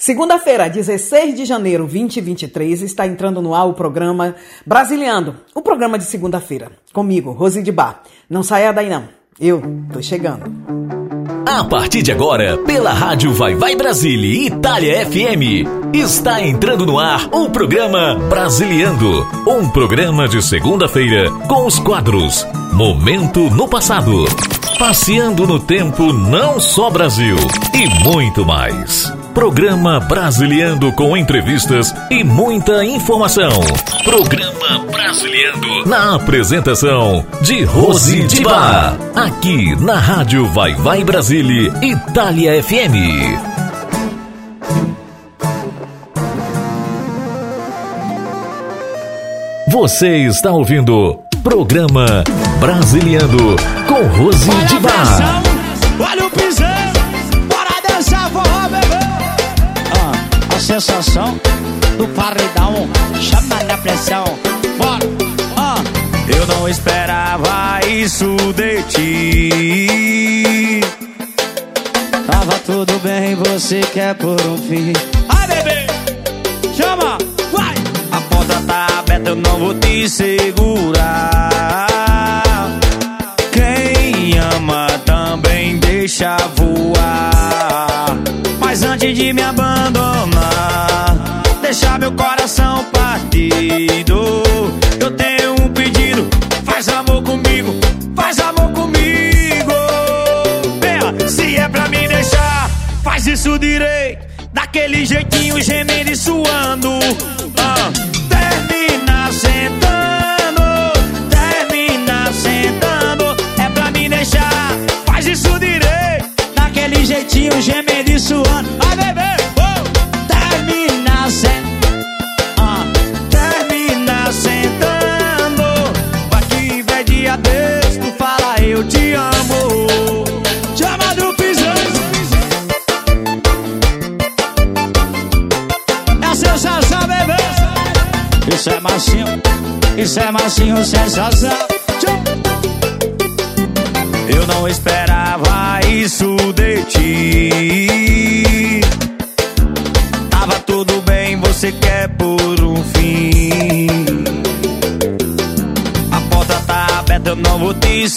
Segunda-feira, 16 de janeiro de 2023, está entrando no ar o programa Brasiliando, o programa de segunda-feira. Comigo, Rose de Bar. Não saia daí não, eu tô chegando. A partir de agora, pela rádio Vai Vai Brasília e Itália FM, está entrando no ar o programa Brasiliando, um programa de segunda-feira com os quadros Momento no Passado, Passeando no Tempo Não Só Brasil e muito mais. Programa Brasiliando com entrevistas e muita informação. Programa Brasiliando na apresentação de Rose de Bar, aqui na rádio Vai Vai Brasília, Itália FM. Você está ouvindo Programa Brasiliando com Rose de Bar. Olha o piseiro, bora dançar forró, bebê. A sensação do paredão chama na pressão. Bora. Eu não esperava isso de ti. Tava tudo bem, você quer por um fim. Ai, bebê, chama, vai. A porta tá aberta, eu não vou te segurar. Quem ama também deixa voar. Mas antes de me abandonar, deixar meu coração partido, eu tenho um pedido. Faz amor comigo, faz amor comigo. Venha, se é pra me deixar, faz isso direito, daquele jeitinho, gemendo e suando. Termina sentando, termina sentando. É pra me deixar, faz isso direito, daquele jeitinho, gemendo e suando. Vai, bebê, termina sentando, termina sentando. Vai que vai dia desse, tu fala eu te amo. Chama do piseiro. É a sensação, bebê. Isso é macio, sensação. Eu não esperava isso de ti. Tava tudo bem, você quer por um fim. A porta tá aberta, eu não vou te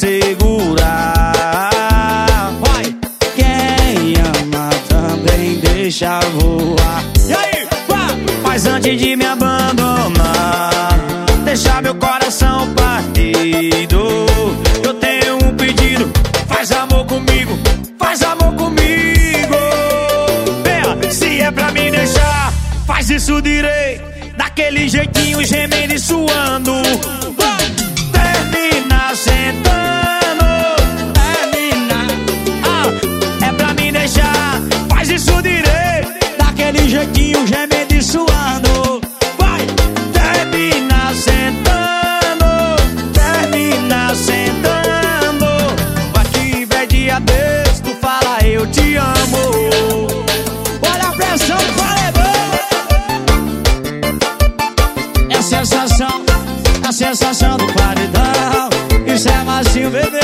segurar. Vai. Quem ama também deixa voar. E aí? Vai. Mas antes de me abandonar, deixar meu coração partido, eu tenho um pedido. Faz amor comigo, faz amor comigo. Venha, se é pra me deixar, faz isso direito, daquele jeitinho, gemendo e suando. Termina sentando, termina. É pra me deixar, faz isso direito, daquele jeitinho, gemendo e suando. Vai, termina sentando, termina sentando. Vai que vai dia desse, tu fala eu te amo. Olha a pressão do paredão. É a sensação do paredão. Isso é macio, bebê.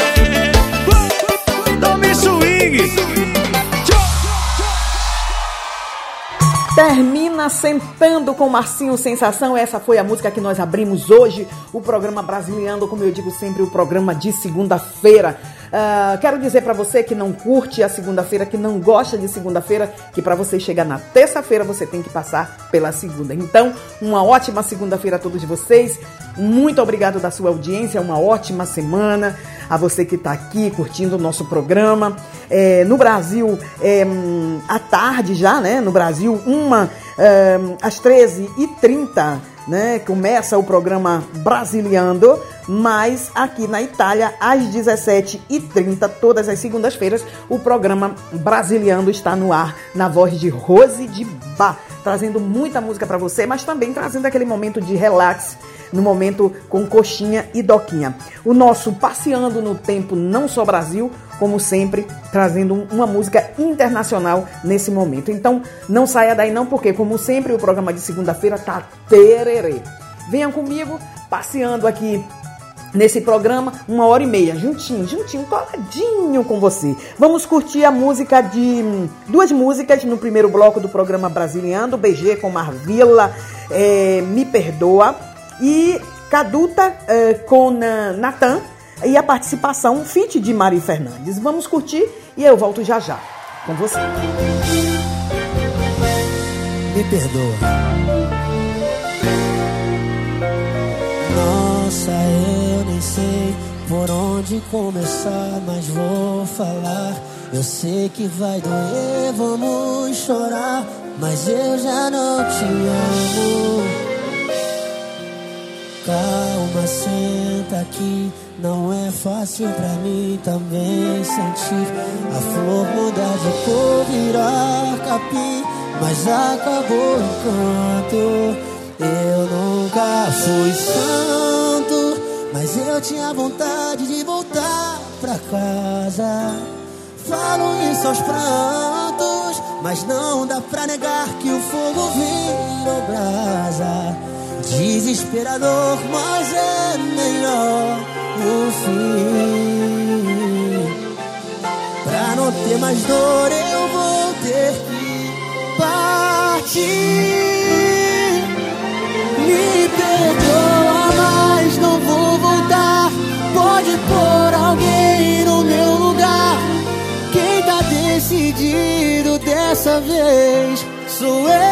Tome swing. Termina sentando com Marcinho Sensação. Essa foi a música que nós abrimos hoje, o programa Brasiliando, como eu digo sempre, o programa de segunda-feira. Quero dizer pra você que não curte a segunda-feira, que não gosta de segunda-feira, que pra você chegar na terça-feira você tem que passar pela segunda. Então, uma ótima segunda-feira a todos vocês. Muito obrigado da sua audiência, uma ótima semana a você que está aqui curtindo o nosso programa. No Brasil, à tarde já, né? No Brasil, às 13h30, né? Começa o programa Brasiliando, mas aqui na Itália, às 17h30, todas as segundas-feiras, o programa Brasiliando está no ar, na voz de Rose de Bar, trazendo muita música para você, mas também trazendo aquele momento de relax, no momento com coxinha e doquinha. O nosso Passeando no Tempo Não Só Brasil, como sempre, trazendo uma música internacional nesse momento. Então, não saia daí não, porque, como sempre, o programa de segunda-feira tá tererê. Venham comigo, passeando aqui nesse programa, 1h30, juntinho, coladinho com você. Vamos curtir a música duas músicas no primeiro bloco do programa Brasiliando, BG com Marvila, Me Perdoa, e Caduta com Natan, e a participação feat de Mari Fernandes. Vamos curtir e eu volto já com você. Me perdoa. Nossa, eu nem sei por onde começar, mas vou falar. Eu sei que vai doer, vamos chorar, mas eu já não te amo. Calma, senta aqui, não é fácil pra mim também sentir a flor mudar de cor, virar capim, mas acabou o encanto. Eu nunca fui santo, mas eu tinha vontade de voltar pra casa. Falo isso aos prantos, mas não dá pra negar que o fogo virou brasa. Desesperador, mas é melhor o fim. Pra não ter mais dor eu vou ter que partir. Me perdoa, mas não vou voltar. Pode pôr alguém no meu lugar. Quem tá decidido dessa vez sou eu.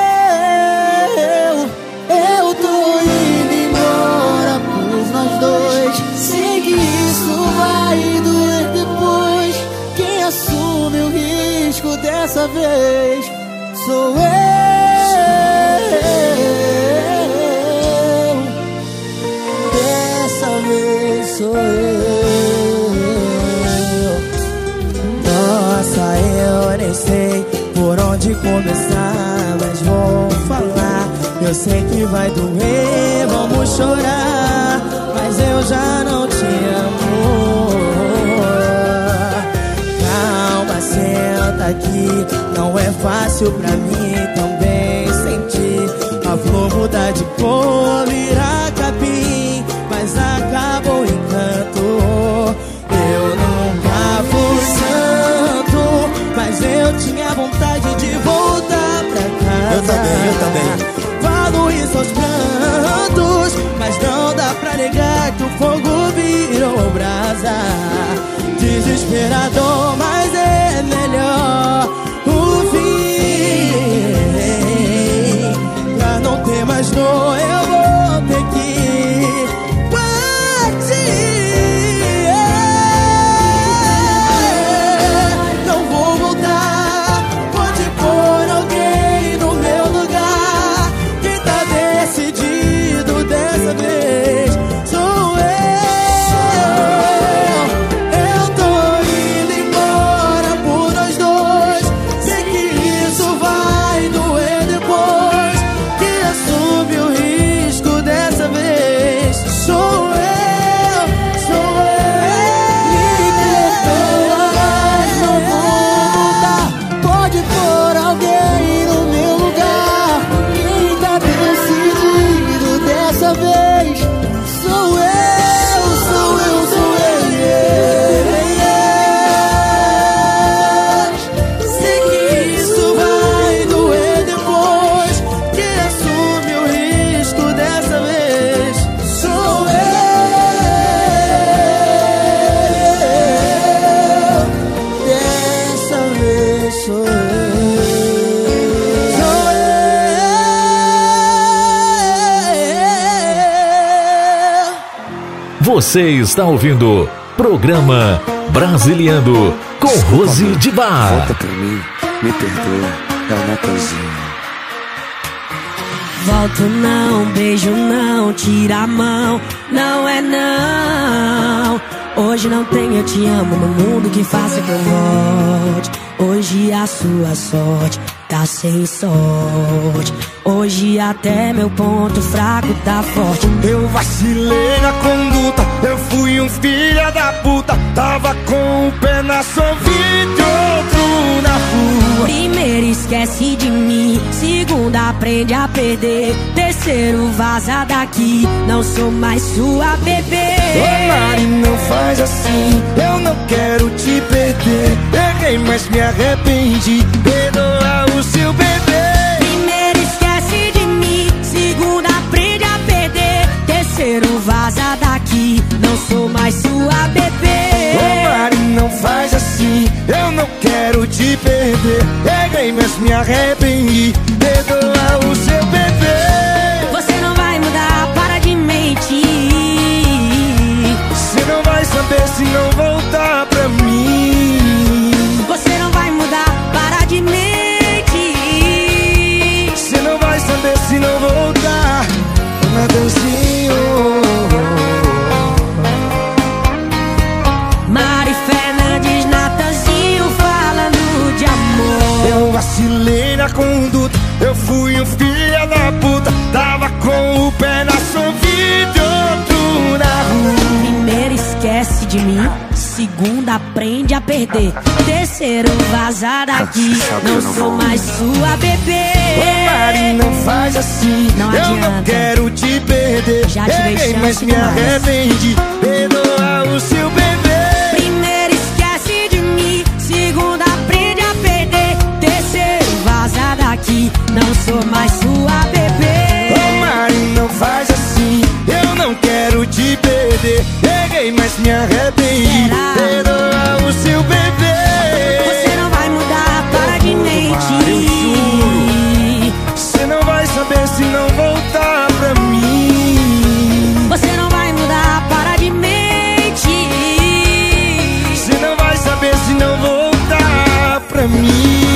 Eu tô indo embora por nós dois. Sei que isso vai doer depois. Quem assume o risco dessa vez sou eu. Sou eu. Nossa, eu nem sei por onde começar, mas vou falar. Eu sei que vai doer, vamos chorar, mas eu já não te amo. Calma, senta aqui, não é fácil pra mim também sentir a flor mudar de cor, virar capim, mas acabou o encanto. Eu nunca fui santo, mas eu tinha vontade de voltar pra casa. Eu também. Falo isso aos prantos, mas não dá pra negar que o fogo virou brasa. Desesperador, mas é melhor o fim. Pra não ter mais dor eu vou ter que Você está ouvindo Programa Brasiliando com Rose de Bar. Volta pra mim, me perdoa, é o Natalzinho. Volto não, beijo não, tira a mão, não é não. Hoje não tem eu te amo no mundo que faça que eu volte. Hoje a sua sorte tá sem sorte. Hoje até meu ponto fraco tá forte. Eu vacilei na conduta, eu fui um filho da puta. Tava com o pé na sovite e outro na rua. Primeiro esquece de mim, segundo aprende a perder, terceiro vaza daqui, não sou mais sua bebê. Ô Mari, não faz assim, eu não quero te perder. Errei, mas me arrependi, perdoa o seu bebê. Primeiro esquece de mim, segundo aprende a perder, terceiro vaza daqui, não sou mais sua bebê. Ô Mari, não faz assim, eu não quero te perder. Errei, mas me arrependi, perdoa o seu bebê. Você não vai mudar, para de mentir. Você não vai saber se não voltar pra mim. Você não vai mudar, para de mentir. Você não vai saber se não voltar. Natanzinho. Mari Fernandes, Natanzinho, falando de amor. Eu vacilei na conduta, eu fui um filho da puta. Tava com o pé na sovida e outro na rua. Primeiro esquece de mim, segundo aprende a perder, terceiro vaza daqui, não sou mais sua bebê. Ô Mari, não faz assim, não eu adianta. não quero te perder. Já te dei Errei, chance mas me demais. arrependi, perdoa o seu bebê. Primeiro esquece de mim, segundo aprende a perder, terceiro vaza daqui, não sou mais sua bebê. Ô Mari, não faz assim, eu não quero te perder. Errei, mas me arrependi, Será? perdoa o seu bebê. Você não vai mudar, para de mentir. Você não vai saber se não voltar pra mim. Você não vai mudar, para de mentir. Você não vai saber se não voltar pra mim.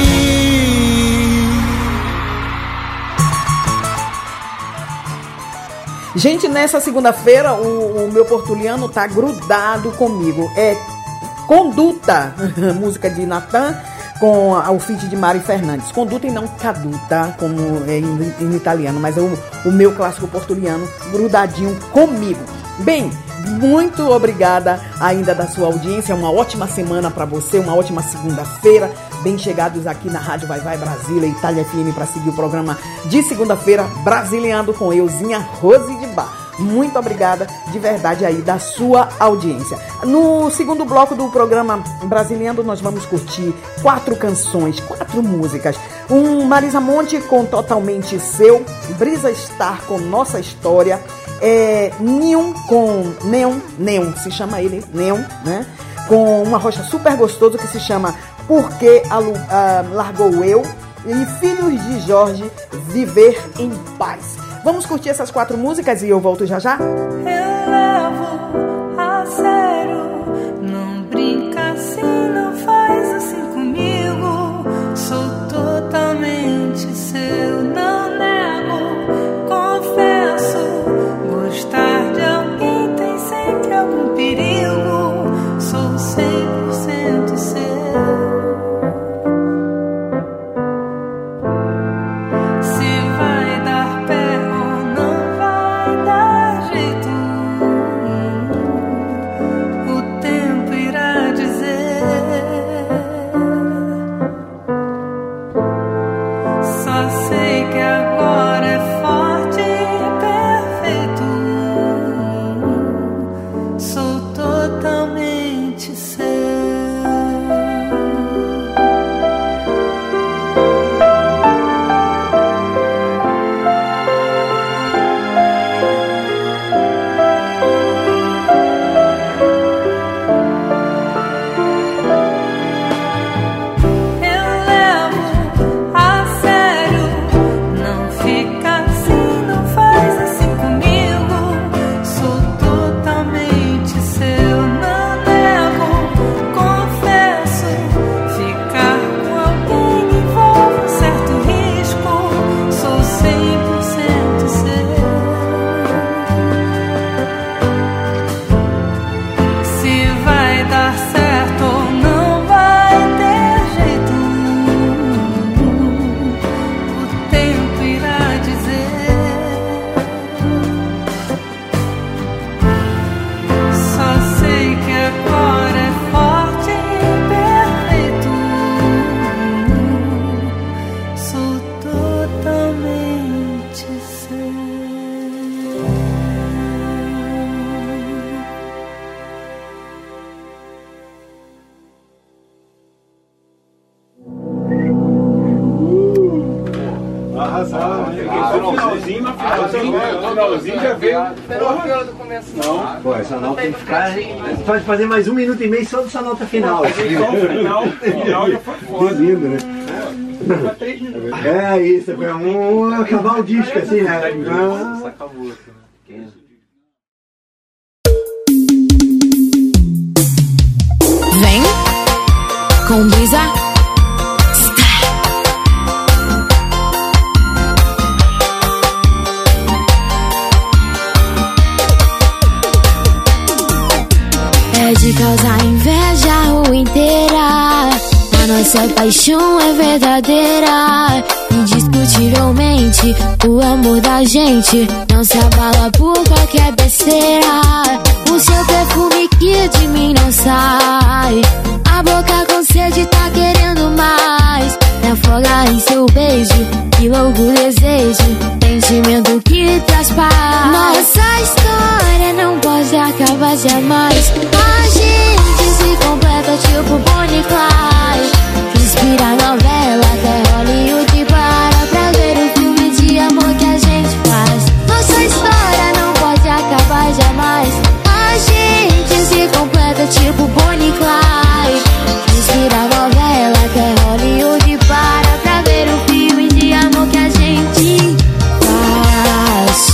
Gente, nessa segunda-feira o meu portuliano tá grudado comigo. É Conduta, música de Natan com o feat de Mari Fernandes. Conduta e não caduta, como é em italiano, mas é o meu clássico portuliano grudadinho comigo. Bem, muito obrigada ainda da sua audiência, uma ótima semana para você, uma ótima segunda-feira, bem chegados aqui na Rádio Vai Vai Brasília, Itália FM, para seguir o programa de segunda-feira, Brasiliando com Euzinha Rose de Bar. Muito obrigada de verdade aí da sua audiência. No segundo bloco do programa Brasiliando, nós vamos curtir 4 canções, 4 músicas. Marisa Monte com Totalmente Seu, Brisa Star com Nossa História, Neon com Neon, se chama ele Neon, né? Com uma rocha super gostoso que se chama Porque Largou Eu, e Filhos de Jorge, Viver em Paz. Vamos curtir essas 4 músicas e eu volto já já? Eu levo a sério, não brinca assim, não faz assim comigo. Sou totalmente seu, não nego, confesso. Gostar de alguém tem sempre algum perigo. Sou 100% seu. Não Finalzinho já veio. Não. Pô, essa nota tem que ficar. Pode fazer mais 1 minuto e meio só dessa nota final. Final já foi foda. Que lindo, né? É isso, vamos acabar o disco assim, né? Acabou. Vem com brisa. É de causar inveja a rua inteira. A nossa paixão é verdadeira. Indiscutivelmente, o amor da gente não se abala por qualquer besteira. O seu perfume que de mim não sai. A boca com sede tá querendo mais. Me afogar em seu beijo, que louco desejo. Sentimento que traz paz. Nossa história não pode acabar jamais. A gente se completa tipo Bonnie e Clyde. Inspira a novela até Hollywood. Para pra ver o filme de amor que a gente faz. Nossa história não pode acabar jamais. A gente se completa tipo Bonnie e Clyde. Inspira a novela até Hollywood. Para pra ver o filme de amor que a gente faz.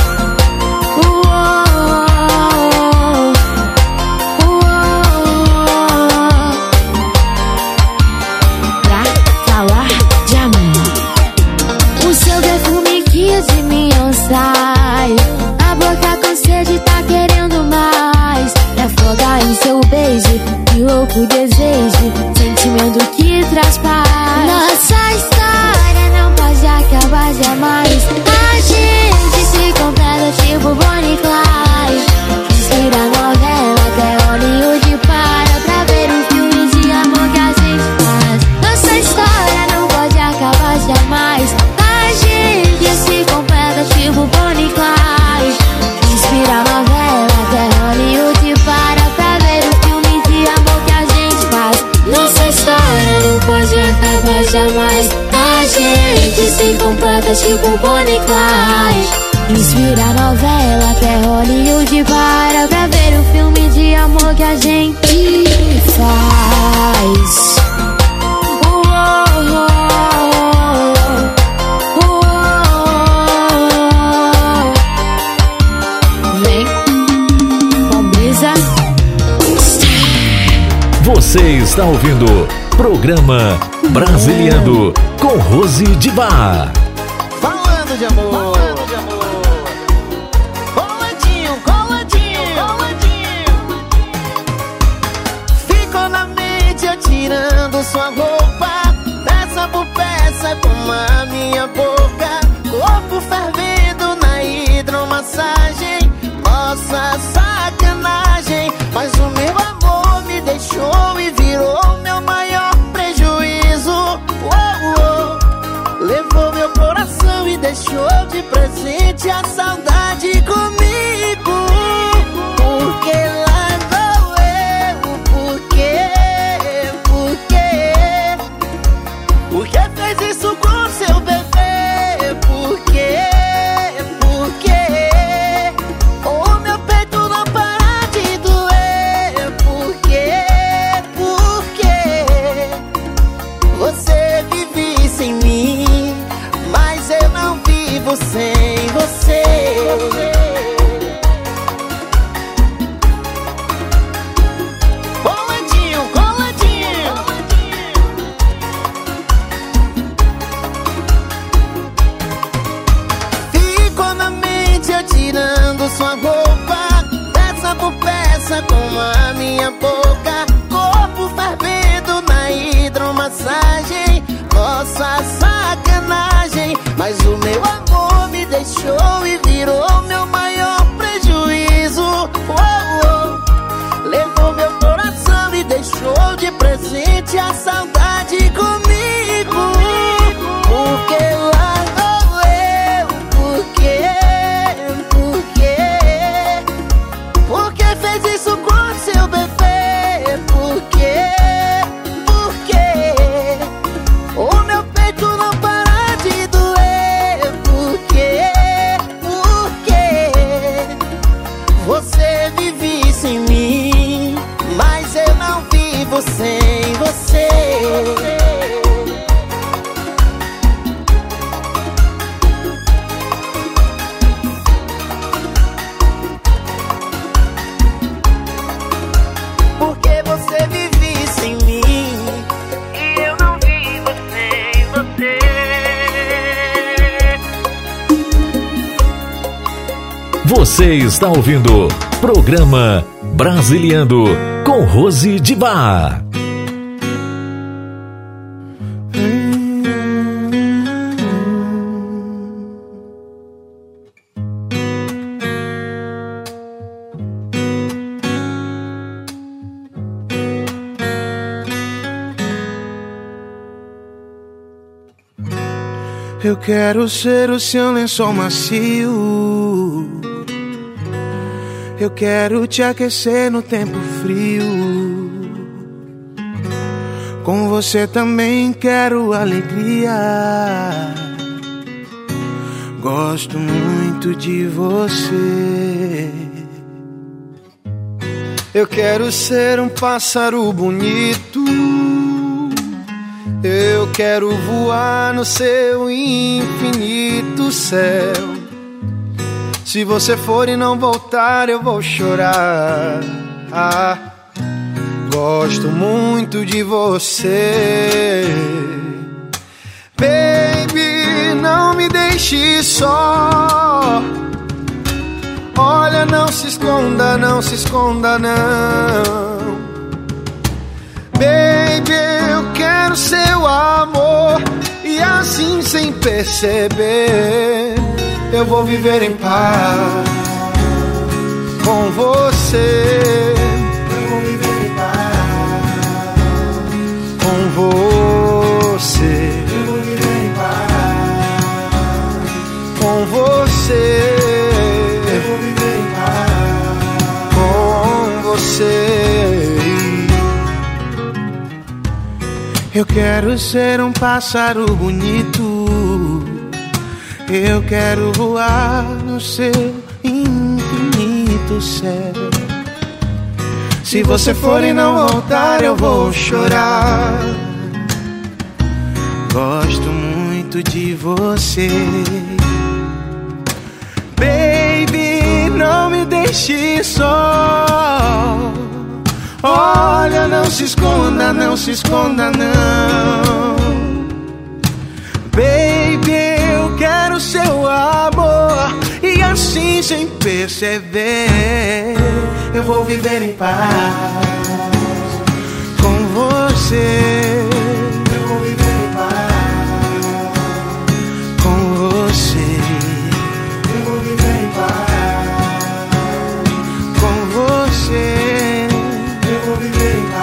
Pra falar de amor, o seu perfume que de mim não sai. A boca com sede tá querendo mais. Me afogar em seu beijo, que louco desejo. Sentimento que traz paz. Nossa história não pode acabar jamais. A gente se completa tipo Bonnie e Clyde. Inspira a novela até Hollywood. Para pra ver o filme de amor que a gente faz. Nossa história não pode acabar jamais. A gente se completa tipo Bonnie e Clyde. Inspira a novela até Hollywood. Para pra ver o filme de amor que a gente faz. Nossa história não pode acabar jamais. A gente se completa tipo Bonnie e Clyde. Inspira a novela até Hollywood. Para pra ver o filme de amor que a gente faz. Vem com brisa. Você está ouvindo Programa Brasiliando com Rose de Bar. Falando de amor. Coladinho, coladinho, coladinho. Ficou na mente eu tirando sua roupa, peça por peça como a minha boca. Corpo fervendo na hidromassagem. Nossa sacanagem. Mas o meu amor me deixou e virou meu maior prejuízo. Levou meu coração e deixou de presente a saudade comigo. Porque lá vou eu, por quê? Por que fez isso com seu bebê? Por quê? O meu peito não para de doer. Por quê? Você vive sem mim, mas eu não vivo sem você. Coladinho, coladinho. Ficou na mente eu tirando sua roupa, peça por peça com a minha boca. Corpo fervendo na hidromassagem. Nossa sacanagem. Mas o meu amor me deixou e virou meu maior prejuízo. Levou meu coração e deixou de presente a saudade comigo. Porque lá vou eu, por quê? Por que fez isso com seu bebê? Por quê? O meu peito não para de doer. Você está ouvindo Programa Brasiliando com Rose de Bar. Eu quero ser o seu lençol macio. Eu quero te aquecer no tempo frio. Com você também quero alegria. Gosto muito de você. Eu quero ser um pássaro bonito. Eu quero voar no seu infinito céu. Se você for e não voltar, eu vou chorar. Gosto muito de você. Baby, não me deixe só. Olha, não se esconda, não se esconda, não. Baby, eu quero seu amor. E assim, sem perceber, eu vou viver em paz com você. Eu vou viver em paz com você. Eu vou viver em paz com você. Eu vou viver em paz com você. Eu quero ser um pássaro bonito. Eu quero voar no seu infinito céu. Se você for e não voltar, eu vou chorar. Gosto muito de você. Baby, não me deixe só. Olha, não se esconda, não se esconda, não. Baby, eu quero seu amor. E assim, sem perceber, eu vou viver em paz com você. Eu vou viver em paz com você. Eu vou viver em paz com você. Eu vou viver em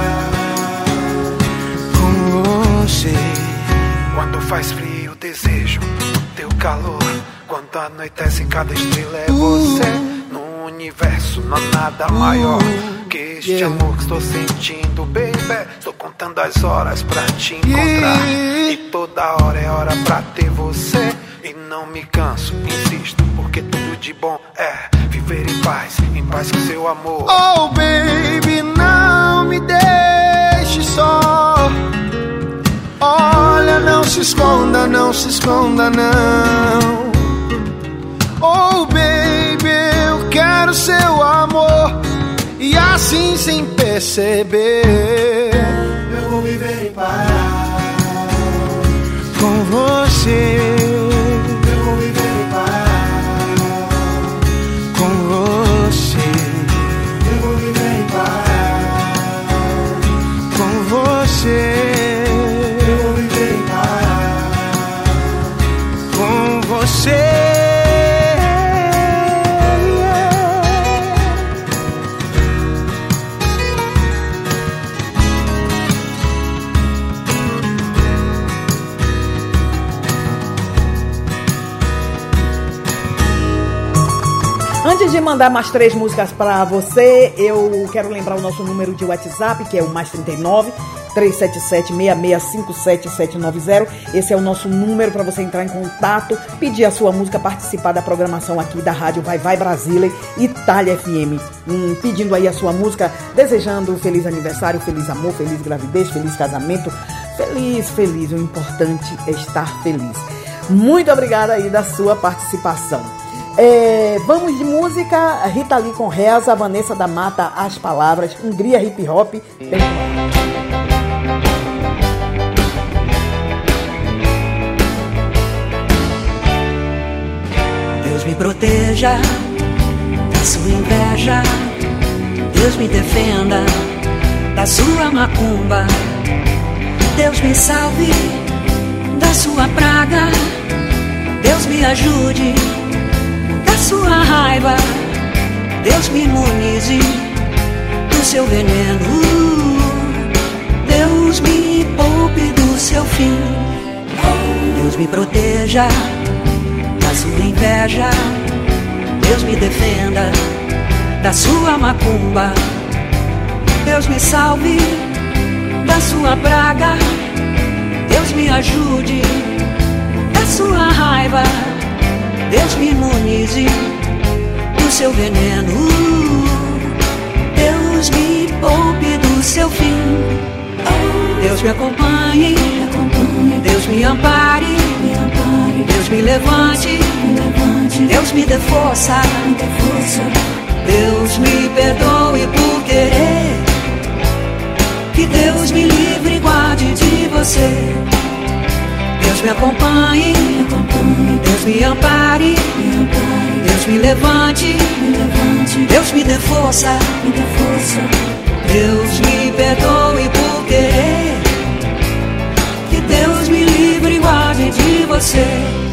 paz com você. Quando faz frio, desejo teu calor. Quando anoitece, cada estrela é você. No universo não há nada maior que este amor que estou sentindo, baby. Estou contando as horas pra te encontrar. E toda hora é hora pra ter você. E não me canso, insisto, porque tudo de bom é viver em paz com seu amor. Oh baby, não me deixe só. Olha, não se esconda, não se esconda, não. Oh baby, eu quero seu amor. E assim, sem perceber, eu vou viver em paz com você. Eu vou viver em paz com você. Eu vou viver em paz com você. Antes de mandar mais 3 músicas para você, eu quero lembrar o nosso número de WhatsApp, que é o +39 377-6657-790. Esse é o nosso número para você entrar em contato, pedir a sua música, participar da programação aqui da Rádio Vai Vai Brasília, Itália FM. Pedindo aí a sua música, desejando feliz aniversário, feliz amor, feliz gravidez, feliz casamento. Feliz, o importante é estar feliz. Muito obrigada aí da sua participação. Vamos de música. Rita Lee com Reza, Vanessa da Mata, As Palavras, Hungria Hip Hop. Deus me proteja da sua inveja, Deus me defenda da sua macumba, Deus me salve da sua praga, Deus me ajude da sua raiva, Deus me imunize do seu veneno, Deus me poupe do seu fim. Deus me proteja da sua inveja, Deus me defenda da sua macumba, Deus me salve da sua praga, Deus me ajude da sua raiva, Deus me imunize do seu veneno, Deus me poupe do seu fim. Deus me acompanhe, Deus me ampare, Deus me levante, Deus me dê força, Deus me perdoe por querer, que Deus me livre e guarde de você. Deus me acompanhe, Deus me ampare, Deus me levante, Deus me dê força, Deus me perdoe por querer, que Deus me livre e guarde de você.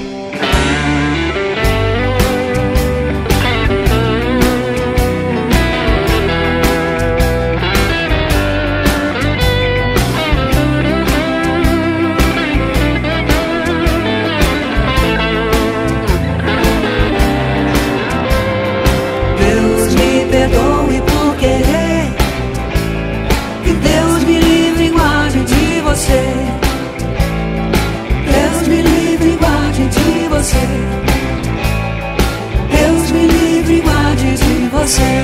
Deus me perdoe por querer, que Deus me livre e guarde de você. Deus me livre e guarde de você. Deus me livre e guarde de você.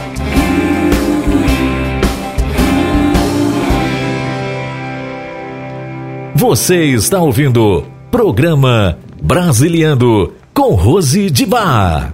Você está ouvindo Programa Brasiliando com Rose de Bar.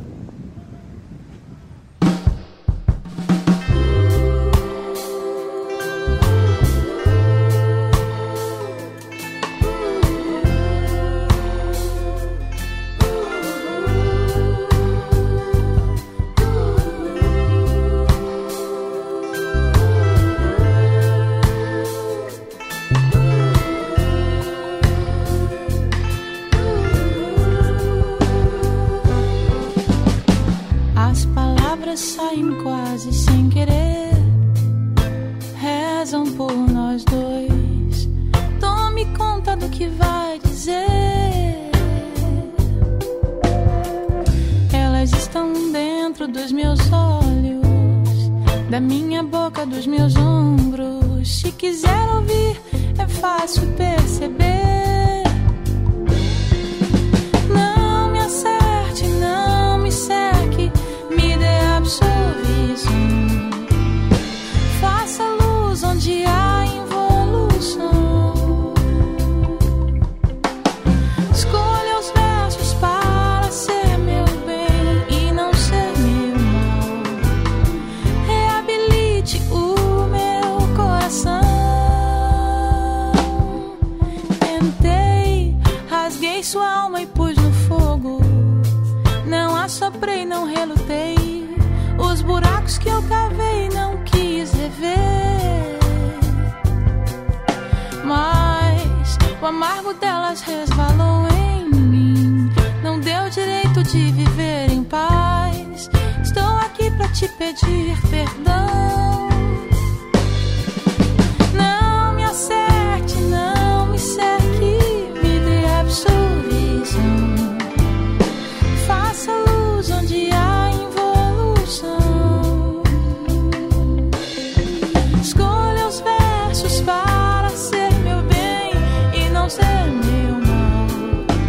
Para ser meu bem e não ser meu mal.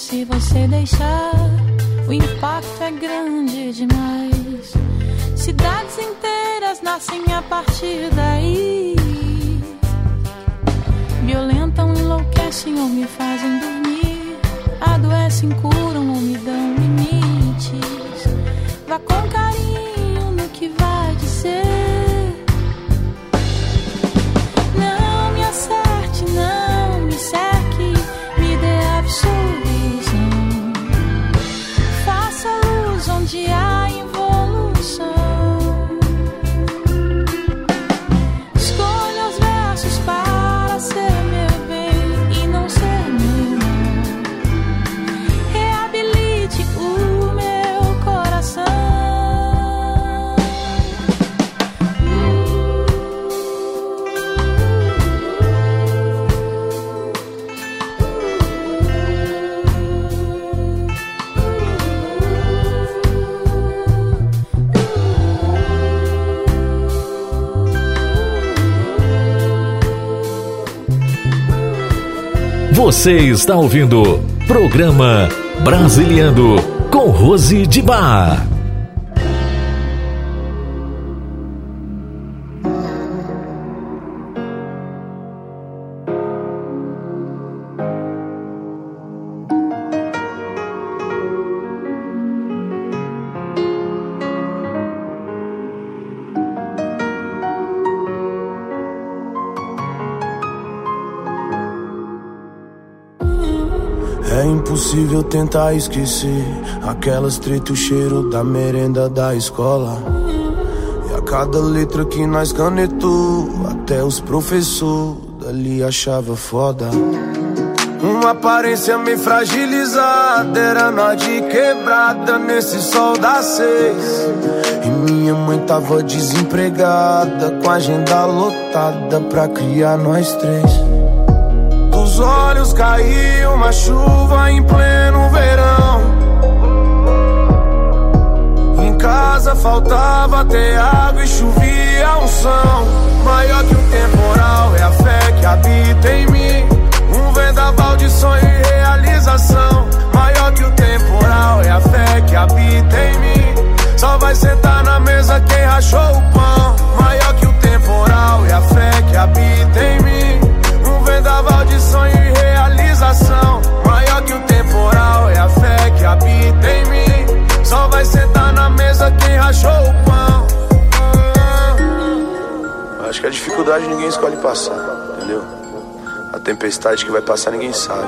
se você deixar, o impacto é grande demais. Cidades inteiras nascem a partir daí. Violentam, enlouquecem ou me fazem dormir. Adoecem, curam ou me dão limites. Vá com carinho no que vai dizer. Não me acerte, não me cerque, me dê absolução. Faça luz onde há involução. Escolha os versos para ser meu bem e não ser meu mal. Reabilite o meu coração. Você está ouvindo Programa Brasiliando com Rose de Bar. É impossível tentar esquecer aquelas treta, o cheiro da merenda da escola. E a cada letra que nós canetou, até os professores dali achava foda. Uma aparência meio fragilizada, era nós de quebrada nesse sol das 6. E minha mãe tava desempregada, com a agenda lotada pra criar nós 3. Dos olhos caiu uma chuva em pleno verão. Em casa faltava até água e chovia a unção. Maior que o temporal é a fé que habita em mim. Um vendaval de sonho e realização. Maior que o temporal é a fé que habita em mim. Só vai sentar na mesa quem rachou o pão. Maior que o temporal é a fé que habita em mim. Um vendaval de sonho e realização. Maior que o temporal é a fé que habita em mim. Só vai sentar na mesa quem rachou o pão. Acho que a dificuldade ninguém escolhe passar, entendeu? A tempestade que vai passar ninguém sabe.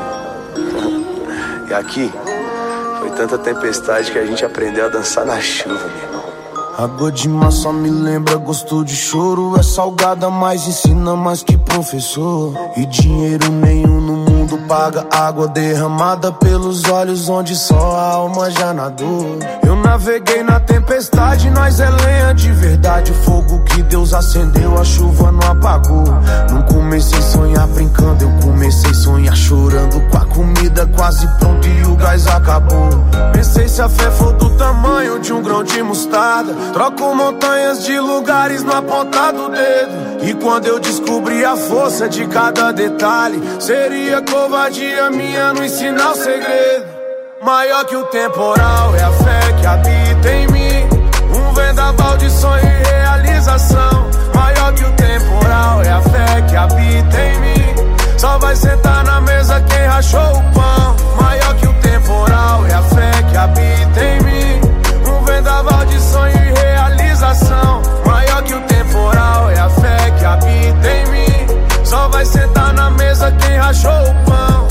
E aqui foi tanta tempestade que a gente aprendeu a dançar na chuva, meu irmão. Água de mar só me lembra gosto de choro. É salgada, mas ensina mais que professor. E dinheiro nenhum no mundo paga água derramada pelos olhos onde só a alma já nadou. Eu naveguei na tempestade, nós é lenha de verdade. O fogo que Deus acendeu, a chuva não apagou. Não comecei a sonhar brincando, eu comecei a sonhar chorando. Com a comida quase pronta e o gás acabou. Pensei se a fé for do tamanho de um grão de mostarda, troco montanhas de lugares na ponta do dedo. E quando eu descobri a força de cada detalhe, seria covardia minha não ensinar o segredo. Maior que o temporal é a fé que habita em mim. Um vendaval de sonho e realização. Maior que o temporal é a fé que habita em mim. Só vai sentar na mesa quem rachou o pão. Maior que o temporal é a fé que habita em mim. Um vendaval de sonho e realização. Maior que o temporal é a fé que habita em mim. Só vai sentar na mesa quem rachou o pão.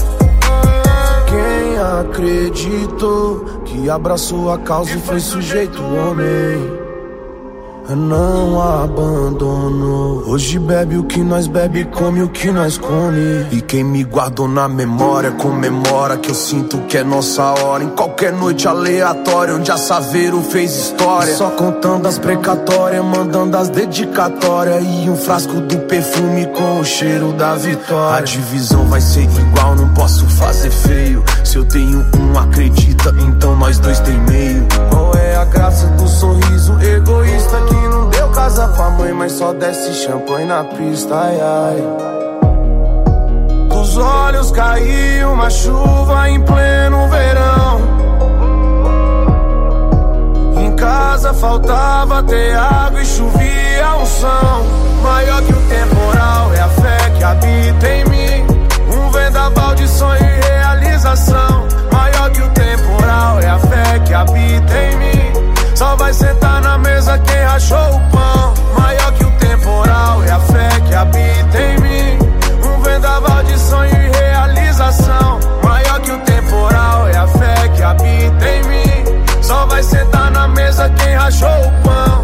Quem acreditou que abraçou a causa e foi sujeito homem, não abandonou. Hoje bebe o que nós bebe, come o que nós come. E quem me guardou na memória comemora que eu sinto que é nossa hora. Em qualquer noite aleatória onde a Saveiro fez história, só contando as precatórias, mandando as dedicatórias. E um frasco do perfume com o cheiro da vitória. A divisão vai ser igual, não posso fazer feio. Se eu tenho um, acredita, então nós dois tem meio. Qual é a graça do sorriso egoísta que não deu casa pra mãe, mas só desce champanhe na pista, ai ai. Dos olhos caiu uma chuva em pleno verão. Em casa faltava ter água e chovia unção. Maior que o temporal é a fé que habita em mim. Um vendaval de sonho e realização. Maior que o temporal é a fé que habita em mim. Só vai sentar na mesa quem rachou o pão. Maior que o temporal é a fé que habita em mim. Um vendaval de sonho e realização. Maior que o temporal é a fé que habita em mim. Só vai sentar na mesa quem rachou o pão.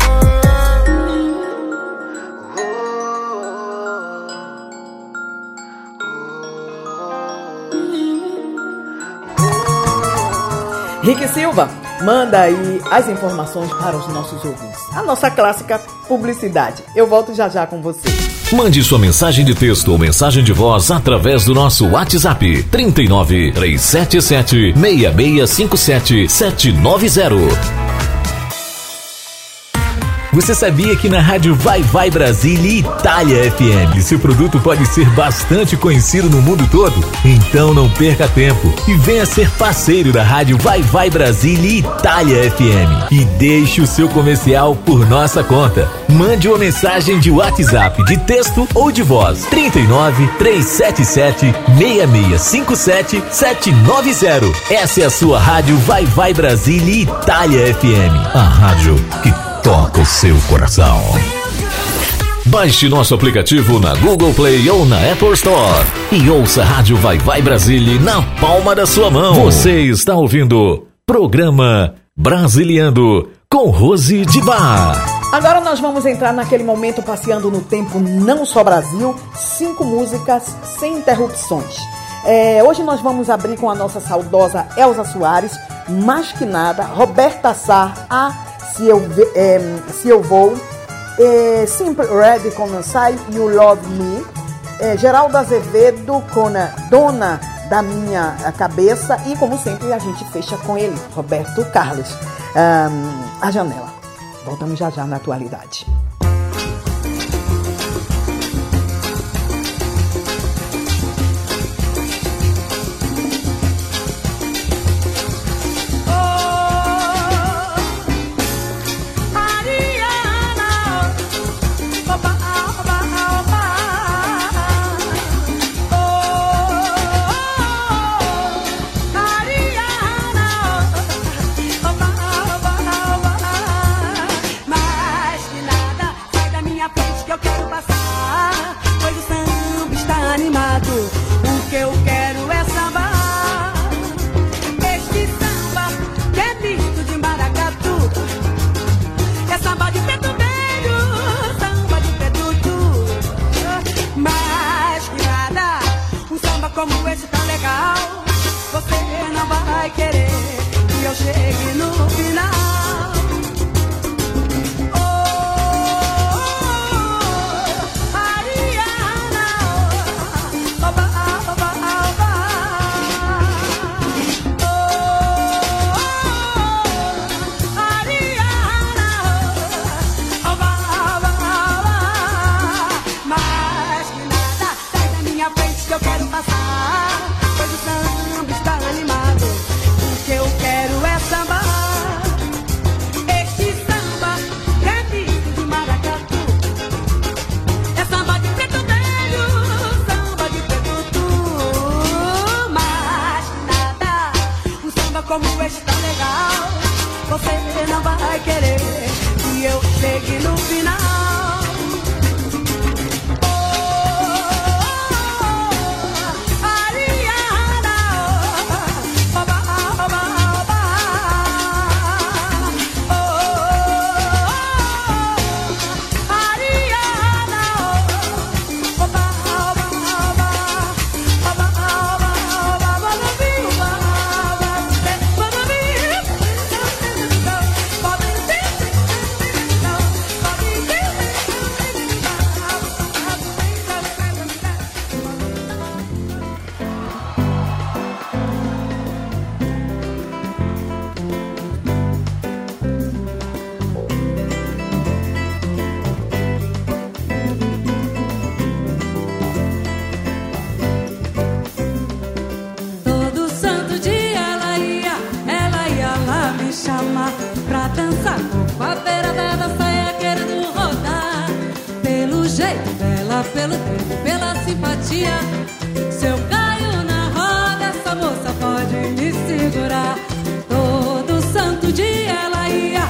Rick Silva, manda aí as informações para os nossos ouvintes. A nossa clássica publicidade. Eu volto já já com você. Mande sua mensagem de texto ou mensagem de voz através do nosso WhatsApp 39 377 6657 790. Você sabia que na rádio Vai Brasília e Itália FM seu produto pode ser bastante conhecido no mundo todo? Então não perca tempo e venha ser parceiro da rádio Vai Brasília e Itália FM e deixe o seu comercial por nossa conta. Mande uma mensagem de WhatsApp de texto ou de voz 39 377 6657 790. Essa é a sua rádio Vai Brasília e Itália FM, a rádio que toca o seu coração. Baixe nosso aplicativo na Google Play ou na Apple Store e ouça a Rádio Vai Brasília na palma da sua mão. Você está ouvindo Programa Brasiliando com Rose de Bar. Agora nós vamos entrar naquele momento passeando no tempo Não Só Brasil, 5 músicas sem interrupções. Hoje nós vamos abrir com a nossa saudosa Elza Soares, Mais Que Nada, Roberta Sarr, Se Eu Vou, Simple Red com Sai You Love Me, Geraldo Azevedo com Dona da Minha Cabeça e, como sempre, a gente fecha com ele, Roberto Carlos, A Janela. Voltamos já já na atualidade. Pois o samba está animado. O que eu quero é sambar. dela, pelo tempo, pela simpatia. Se eu caio na roda, essa moça pode me segurar. Todo santo dia ela ia.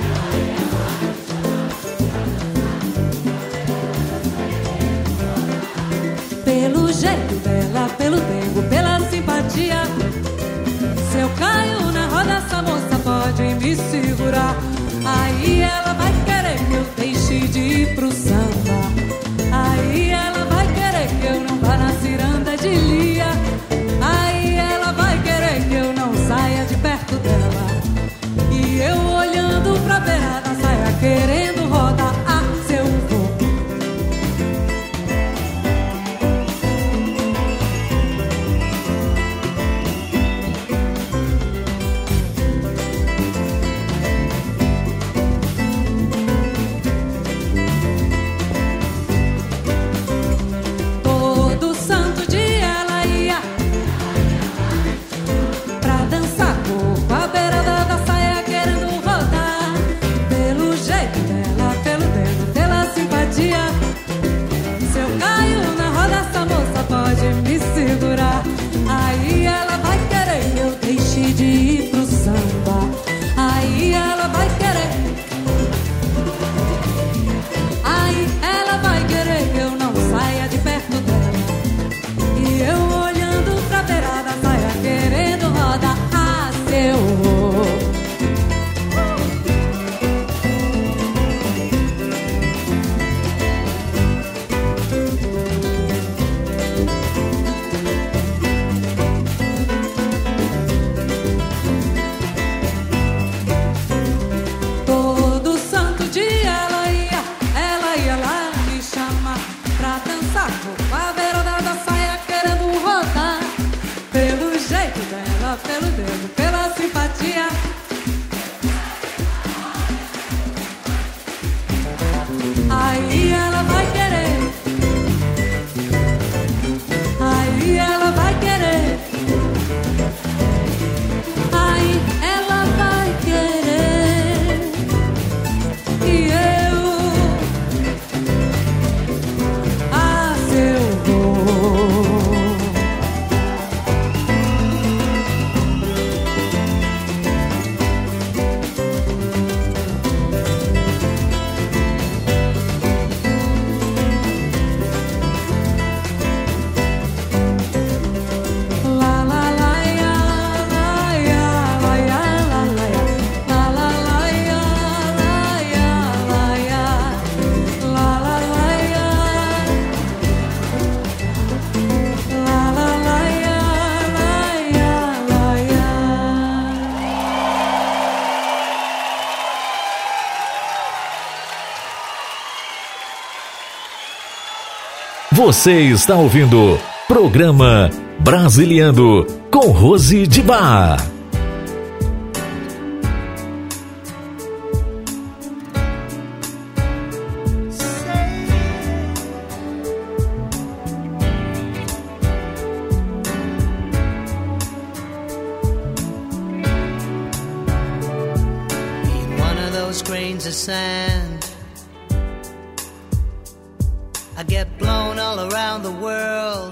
Pelo jeito dela, pelo tempo, pela simpatia. Se eu caio na roda, essa moça pode me segurar. Aí ela vai querer que eu deixe de ir pro samba. Aí ela vai querer que eu não vá na ciranda de Lia. Aí ela vai querer que eu não saia de perto dela. E eu olhando pra beirada saia querendo rodar. Ah, se eu vou. Aí ela vai querer que eu deixe de ir pro samba. Aí ela vai querer. Aí ela vai querer que eu não saia de perto dela. E eu olhando pra beirada saia querendo rodar. Ah, se eu vou. Pelo dedo, pela simpatia. Aí ela vai querer. Aí ela vai querer. Aí ela vai querer. E eu. Ah, se eu vou. Você está ouvindo Programa Brasiliando com Rose de Bar. One of those grains of sand, I get blown all around the world.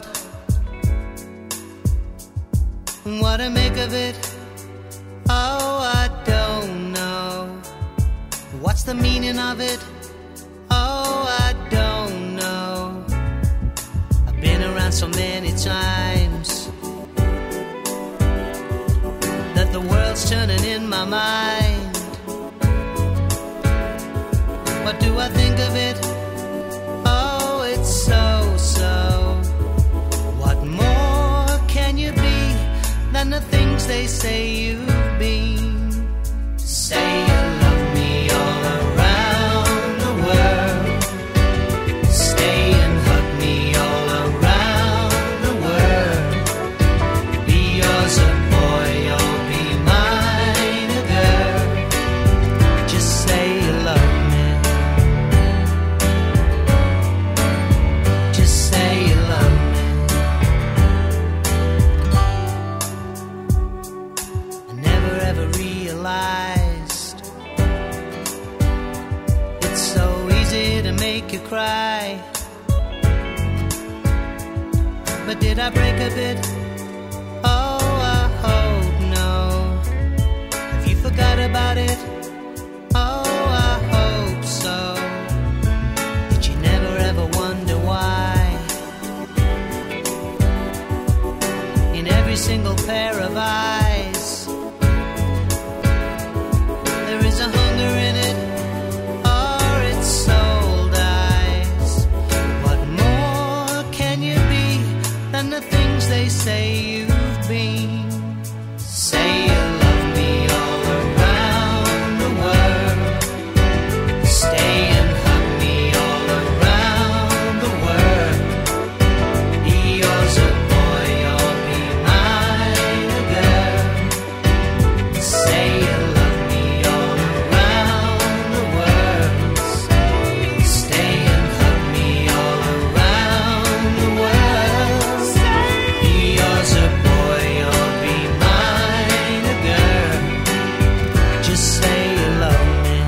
What to make of it? Oh, I don't know. What's the meaning of it? Oh, I don't know. I've been around so many times that the world's turning in my mind. What do I think of it? Oh, it's so. What more can you be than the things they say you've been? Say you love me all around the world. Stay and hug me all around the world. Be yours a boy, you'll be mine a girl. Just say you love me. Just say you love me. I But did I break a bit? Oh, I hope no. Have you forgot about it? Oh, I hope so. Did you never ever wonder why? In every single pair of eyes there is a hunger in it, or its soul dies. What more can you be than the things they say you've been? Say you love me all around the world. Stay and hug me all around the world. Yours a boy, you'll be mine a girl. Say you love me all around the world. Stay and hug me all around the world. Yours a boy, you'll be mine a girl. Just say you love me.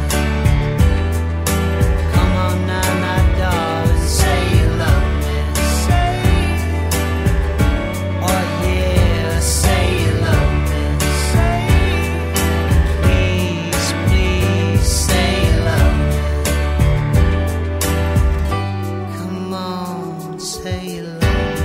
Come on now, my darling, say you love me. Oh yeah, say you love me. Please, please, say you love me. Come on, say you love me.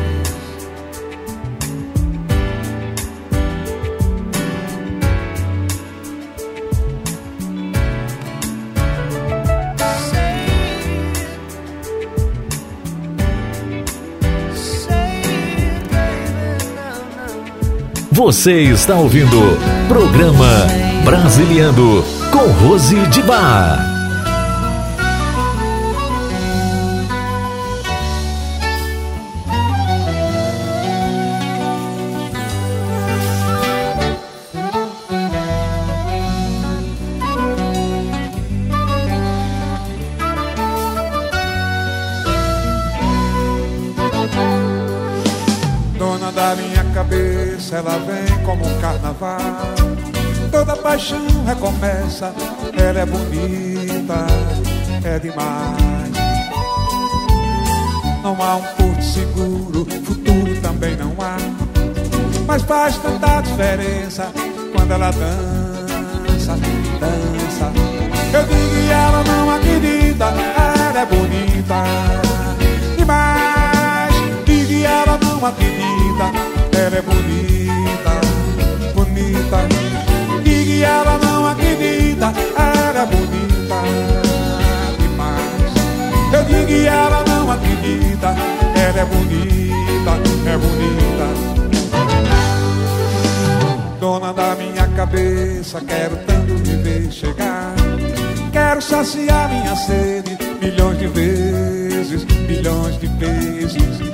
Você está ouvindo Programa Brasiliando com Rose de Bar. Dona da minha cabeça, ela vem como um carnaval. Toda paixão recomeça, ela é bonita, é demais. Não há um porto seguro, futuro também não há. Mas faz tanta diferença quando ela dança, dança. Eu digo e ela não acredita, ela é bonita demais. Digo e ela não acredita, ela é bonita, bonita. Digo e ela não acredita, ela é bonita demais. Eu digo e ela não acredita, ela é bonita, é bonita. Dona da minha cabeça, quero tanto me ver chegar. Quero saciar minha sede milhões de vezes, milhões de vezes.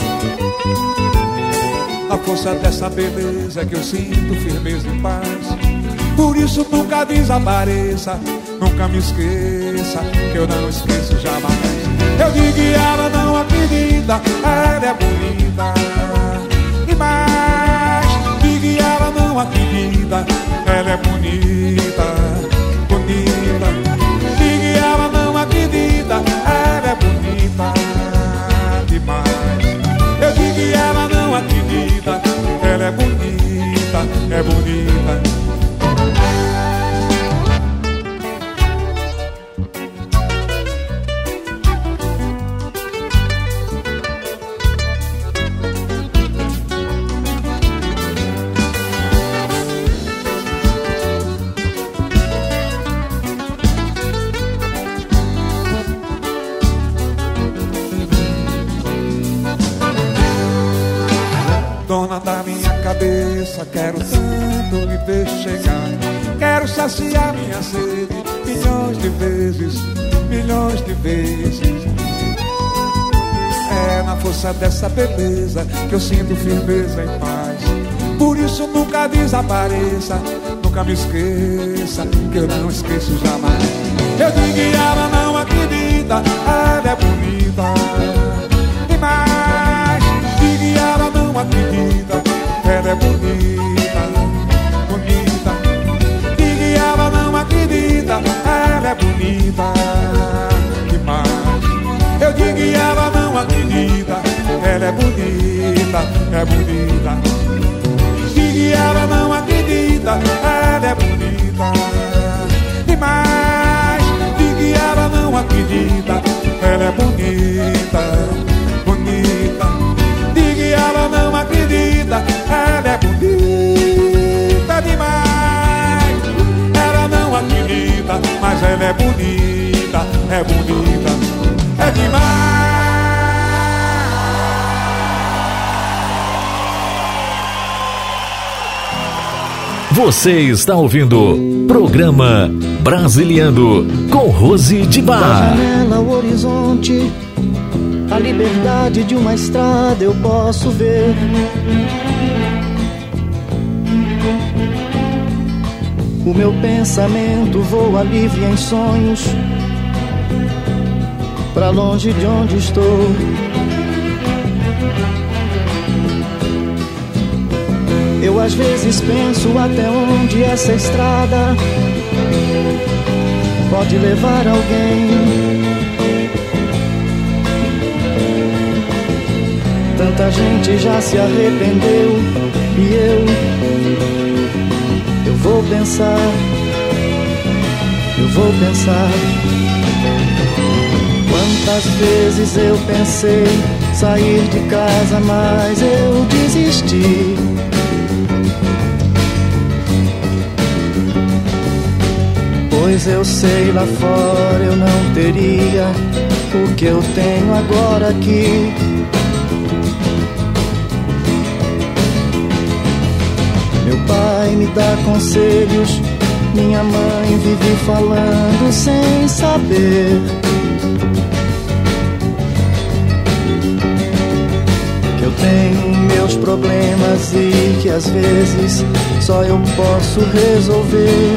A força dessa beleza que eu sinto firmeza e paz. Por isso nunca desapareça, nunca me esqueça, que eu não esqueço jamais. Eu digo e ela não acredita, ela é bonita demais. Digo e ela não acredita, ela é bonita, bonita. Digo e ela não acredita, ela é bonita demais. Eu digo e ela não acredita, ela é bonita, é bonita. Dona da minha cabeça, quero tanto me ver chegar. Quero saciar minha sede milhões de vezes, milhões de vezes. É na força dessa beleza que eu sinto firmeza e paz. Por isso nunca desapareça, nunca me esqueça, que eu não esqueço jamais. Eu digo e ela não acredita, ela é bonita demais. Digo e ela não acredita, ela é bonita, bonita. Digo e ela não acredita, ela é bonita demais. Eu digo e ela não acredita, ela é bonita, é bonita. E ela não acredita, ela é bonita demais. E ela não acredita, ela é bonita, bonita. E ela não acredita, ela é bonita demais. Ela não acredita, mas ela é bonita, é bonita, é demais. Você está ouvindo Programa Brasiliando com Rose de Bar. Da janela ao horizonte, a liberdade de uma estrada eu posso ver. O meu pensamento voa livre em sonhos, pra longe de onde estou. Eu às vezes penso até onde essa estrada pode levar alguém. Tanta gente já se arrependeu e eu vou pensar, quantas vezes eu pensei sair de casa, mas eu desisti. Pois eu sei, lá fora eu não teria o que eu tenho agora aqui. Meu pai me dá conselhos, minha mãe vive falando sem saber que eu tenho meus problemas e que às vezes só eu posso resolver.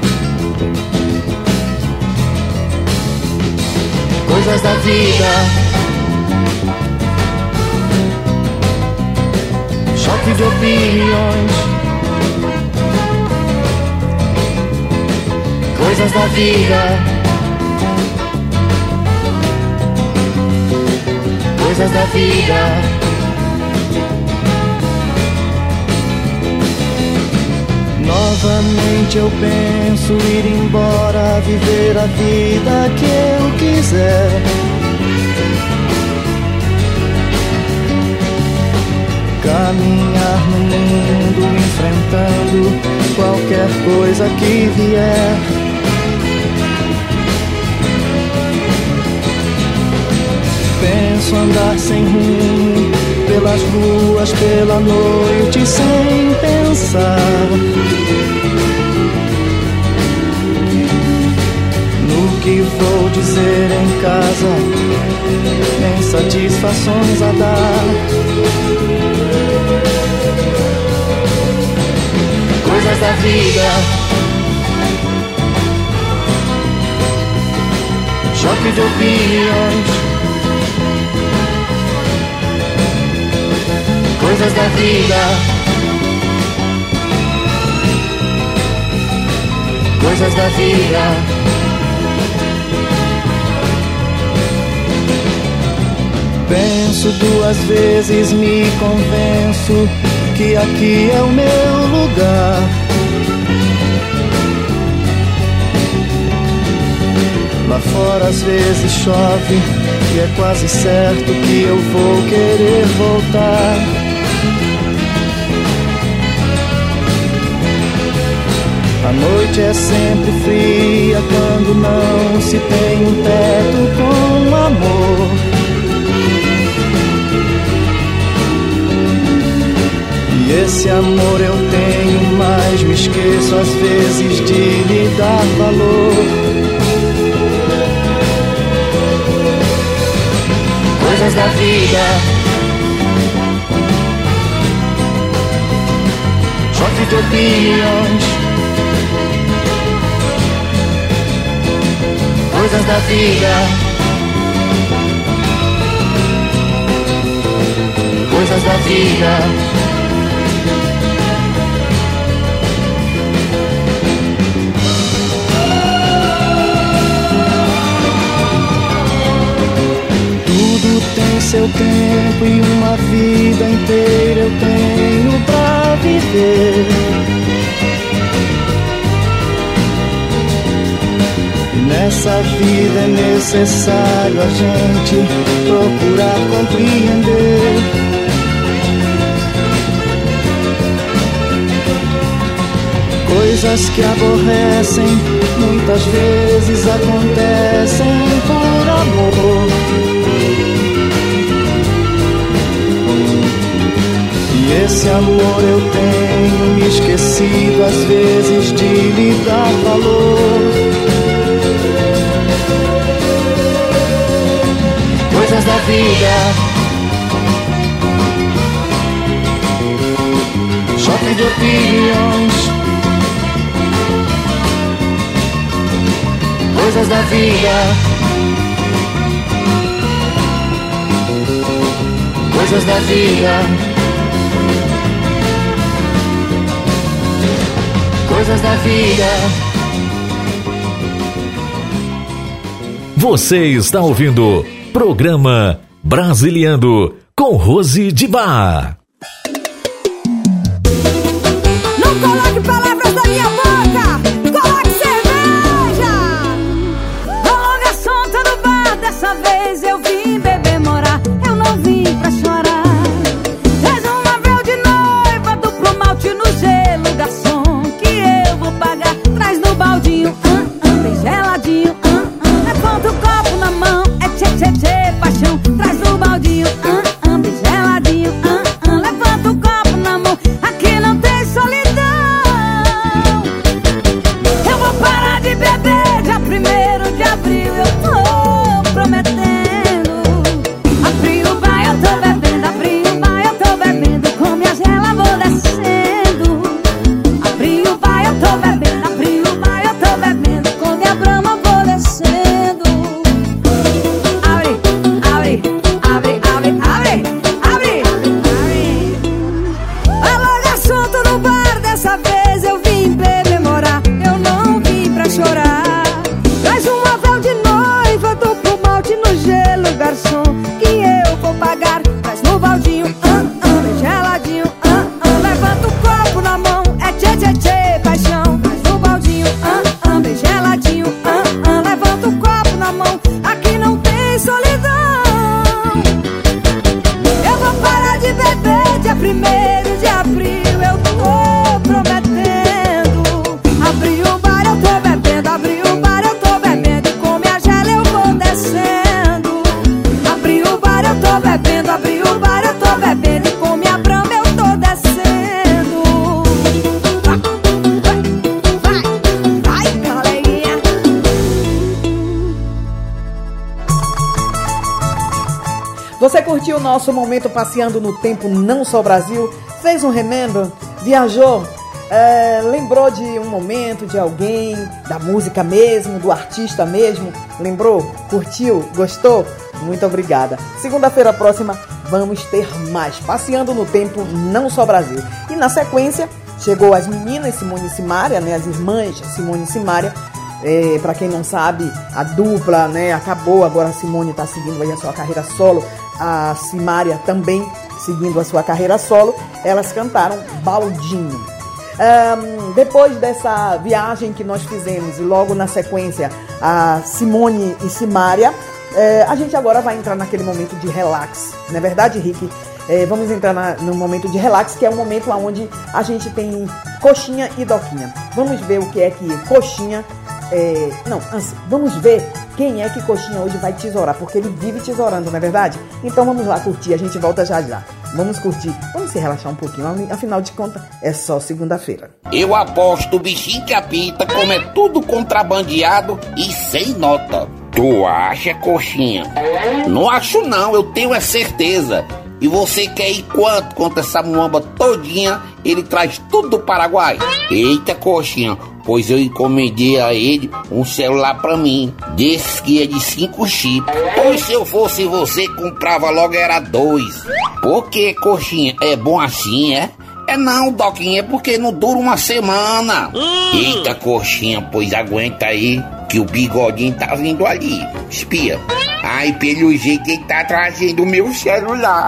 Coisas da vida, choque de opiniões. Coisas da vida, coisas da vida. Novamente eu penso ir embora, viver a vida que eu quiser. Caminhar no mundo enfrentando qualquer coisa que vier. Penso andar sem rumo pelas ruas, pela noite sem pensar no que vou dizer em casa, nem satisfações a dar. Coisas da vida, choque de opiniões. Coisas da vida, coisas da vida. Penso duas vezes, me convenço que aqui é o meu lugar. Lá fora às vezes chove e é quase certo que eu vou querer voltar. A noite é sempre fria quando não se tem um teto com amor. E esse amor eu tenho, mas me esqueço às vezes de lhe dar valor. Coisas da vida, choque de opiniões. Coisas da vida, coisas da vida. Tudo tem seu tempo e uma vida inteira eu tenho pra viver. E nessa vida é necessário a gente procurar compreender. Coisas que aborrecem muitas vezes acontecem por amor. E esse amor eu tenho me esquecido às vezes de lhe dar valor. Coisas da vida, choque de opiniões. Coisas da vida, coisas da vida, coisas da vida. Você está ouvindo Programa Brasiliando com Rose de Bar. Não coloque palavras na minha boca, coloque cerveja. Longa solta no bar, dessa vez eu vim beber morar. Eu não vim pra chorar. Traz uma véu de noiva, duplo malte no gelo, garçom, que eu vou pagar. Traz no baldinho, bem geladinho, levanta o copo na mão, é tchê tchê tchê, paixão. Traz no baldinho, bem geladinho, levanta o copo na mão, aqui não tem solidão. Eu vou parar de beber dia 1º de abril, eu tô prometendo. Abri o bar, eu tô bebendo, abri o bar, eu tô bebendo, com minha gela vou descendo. Abri o bar, eu tô bebendo, abri o bar, eu tô bebendo, com minha brama vou descendo. Abre, abre, abre, abre, abre, abre, abre. Alô, garçom, no bar, dessa vez eu vim beber morar. Eu não vim pra chorar. Traz uma véu de noiva, duplo malte no gelo, garçom, que eu vou pagar. Traz no baldinho, bem geladinho, levanta o copo na mão, é tchê tchê tchê, paixão. Traz no baldinho, bem geladinho, levanta o copo na mão, aqui não tem solidão. Eu vou parar de beber dia 1º de abril, eu tô prometendo. Abri o bar, eu tô bebendo, abri o bar, eu tô bebendo, e com minha gela eu vou descendo. Abri o bar, eu tô bebendo, abri o bar, eu tô bebendo, e com minha brama eu tô descendo. Vai, coleguinha. Você curtiu o nosso momento passeando no tempo Não Só Brasil? Fez um remember? Viajou? Lembrou de um momento, de alguém, da música mesmo, do artista mesmo? Lembrou? Curtiu? Gostou? Muito obrigada. Segunda-feira próxima vamos ter mais Passeando no Tempo Não Só Brasil. E na sequência chegou as meninas Simone e Simária, né, as irmãs Simone e Simária. Para quem não sabe, a dupla, né, acabou. Agora a Simone está seguindo aí a sua carreira solo, a Simária também seguindo a sua carreira solo. Elas cantaram Baldinho. Depois dessa viagem que nós fizemos e logo na sequência a Simone e Simária, a gente agora vai entrar naquele momento de relax, não é verdade, Rick? Vamos entrar no momento de relax, que é um momento onde a gente tem Coxinha e Doquinha. Vamos ver o que é que Coxinha... vamos ver quem é que Coxinha hoje vai tesourar, porque ele vive tesourando, não é verdade? Então vamos lá curtir, a gente volta já já. Vamos curtir, vamos se relaxar um pouquinho, afinal de contas é só segunda-feira. Eu aposto o bichinho que apita, como é tudo contrabandeado e sem nota. Tu acha, Coxinha? Não acho não, eu tenho a certeza. E você quer ir quanto contra essa muamba todinha? Ele traz tudo do Paraguai. Eita, Coxinha, pois eu encomendei a ele um celular pra mim, desse que é de 5 chips. Pois se eu fosse você, comprava logo, era 2. Por que, Coxinha? É bom assim, é? É não, Doquinha, é porque não dura uma semana. Eita, Coxinha, pois aguenta aí, que o bigodinho tá vindo ali. Espia. Ai, pelo jeito ele tá trazendo o meu celular.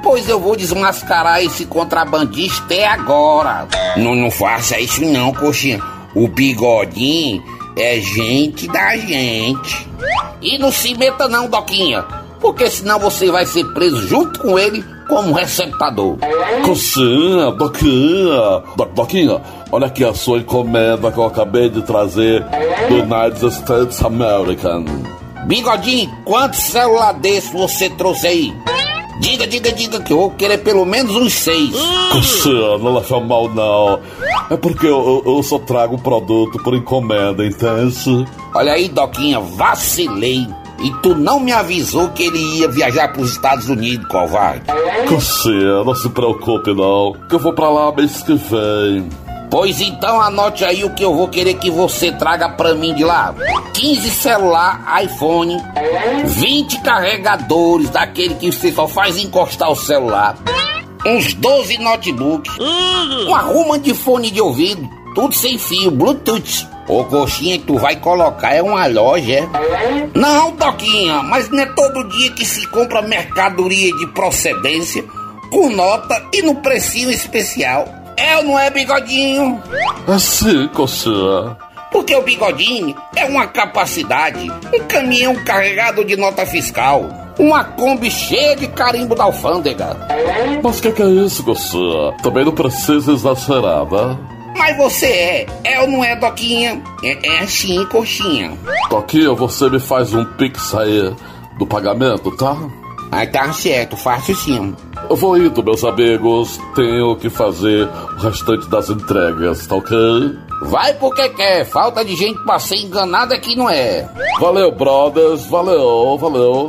Pois eu vou desmascarar esse contrabandista agora. Não faça isso não, coxinha. O Bigodinho é gente da gente. E não se meta não, Doquinha, porque senão você vai ser preso junto com ele como receptador. Coxinha, Doquinha, olha aqui a sua encomenda que eu acabei de trazer do United States American. Bigodinho, quantos celular desse você trouxe aí? Diga que eu vou querer pelo menos uns 6. Coxinha, não leva mal não. É porque eu só trago o produto por encomenda, entende? Olha aí, Doquinha, vacilei. E tu não me avisou que ele ia viajar pros Estados Unidos, covarde. Coxinha, não se preocupe não, que eu vou pra lá mês que vem. Pois então anote aí o que eu vou querer que você traga pra mim de lá. 15 celular iPhone, 20 carregadores, daquele que você só faz encostar o celular, uns 12 notebooks, uma ruma de fone de ouvido, tudo sem fio, Bluetooth. Ô coxinha, que tu vai colocar é uma loja, é? Não, Doquinha, mas não é todo dia que se compra mercadoria de procedência, com nota e no precinho especial. É ou não é, Bigodinho? É sim, coxinha. Porque o Bigodinho é uma capacidade, um caminhão carregado de nota fiscal, uma Kombi cheia de carimbo da alfândega. Mas que é isso, coxinha? Também não precisa exagerar, né? Mas você é ou não é, Doquinha? É assim, coxinha. Doquinha, você me faz um pix aí do pagamento, tá? Aí tá certo, faço sim. Eu vou indo, meus amigos. Tenho que fazer o restante das entregas, tá ok? Vai porque quer, falta de gente pra ser enganada que não é. Valeu, brothers, valeu.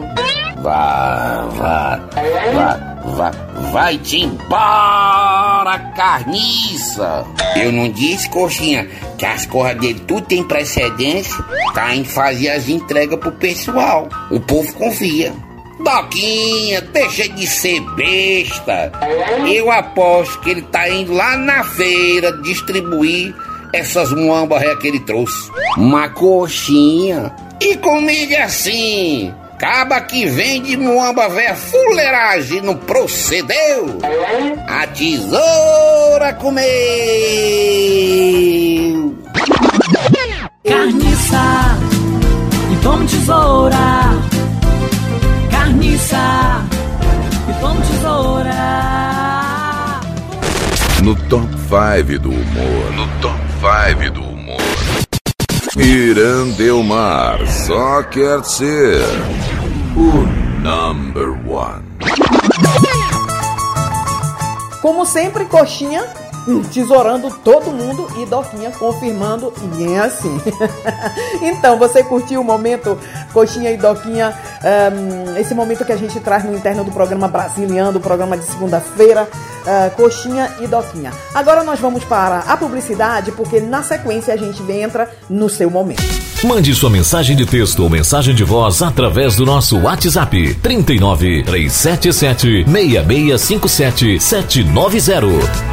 Vai-te embora, carniça. Eu não disse, coxinha, que as coisas dele tudo tem precedência, tá em fazer as entregas pro pessoal. O povo confia. Doquinha, deixa de ser besta. Eu aposto que ele tá indo lá na feira distribuir essas muambas que ele trouxe. Uma coxinha. E comigo é assim. Caba que vende muamba véia fuleiragem, não procedeu? A tesoura comeu. Carniça e tome tesoura. Carniça e tome tesoura. No top 5 do humor. Irandelmar só quer ser o number 1. Como sempre, coxinha tesourando todo mundo e Doquinha confirmando, e é assim. Então, você curtiu o momento Coxinha e Doquinha, esse momento que a gente traz no interno do programa Brasiliando, o programa de segunda-feira, Coxinha e Doquinha. Agora nós vamos para a publicidade, porque na sequência a gente entra no seu momento. Mande sua mensagem de texto ou mensagem de voz através do nosso WhatsApp 39 377 6657 790.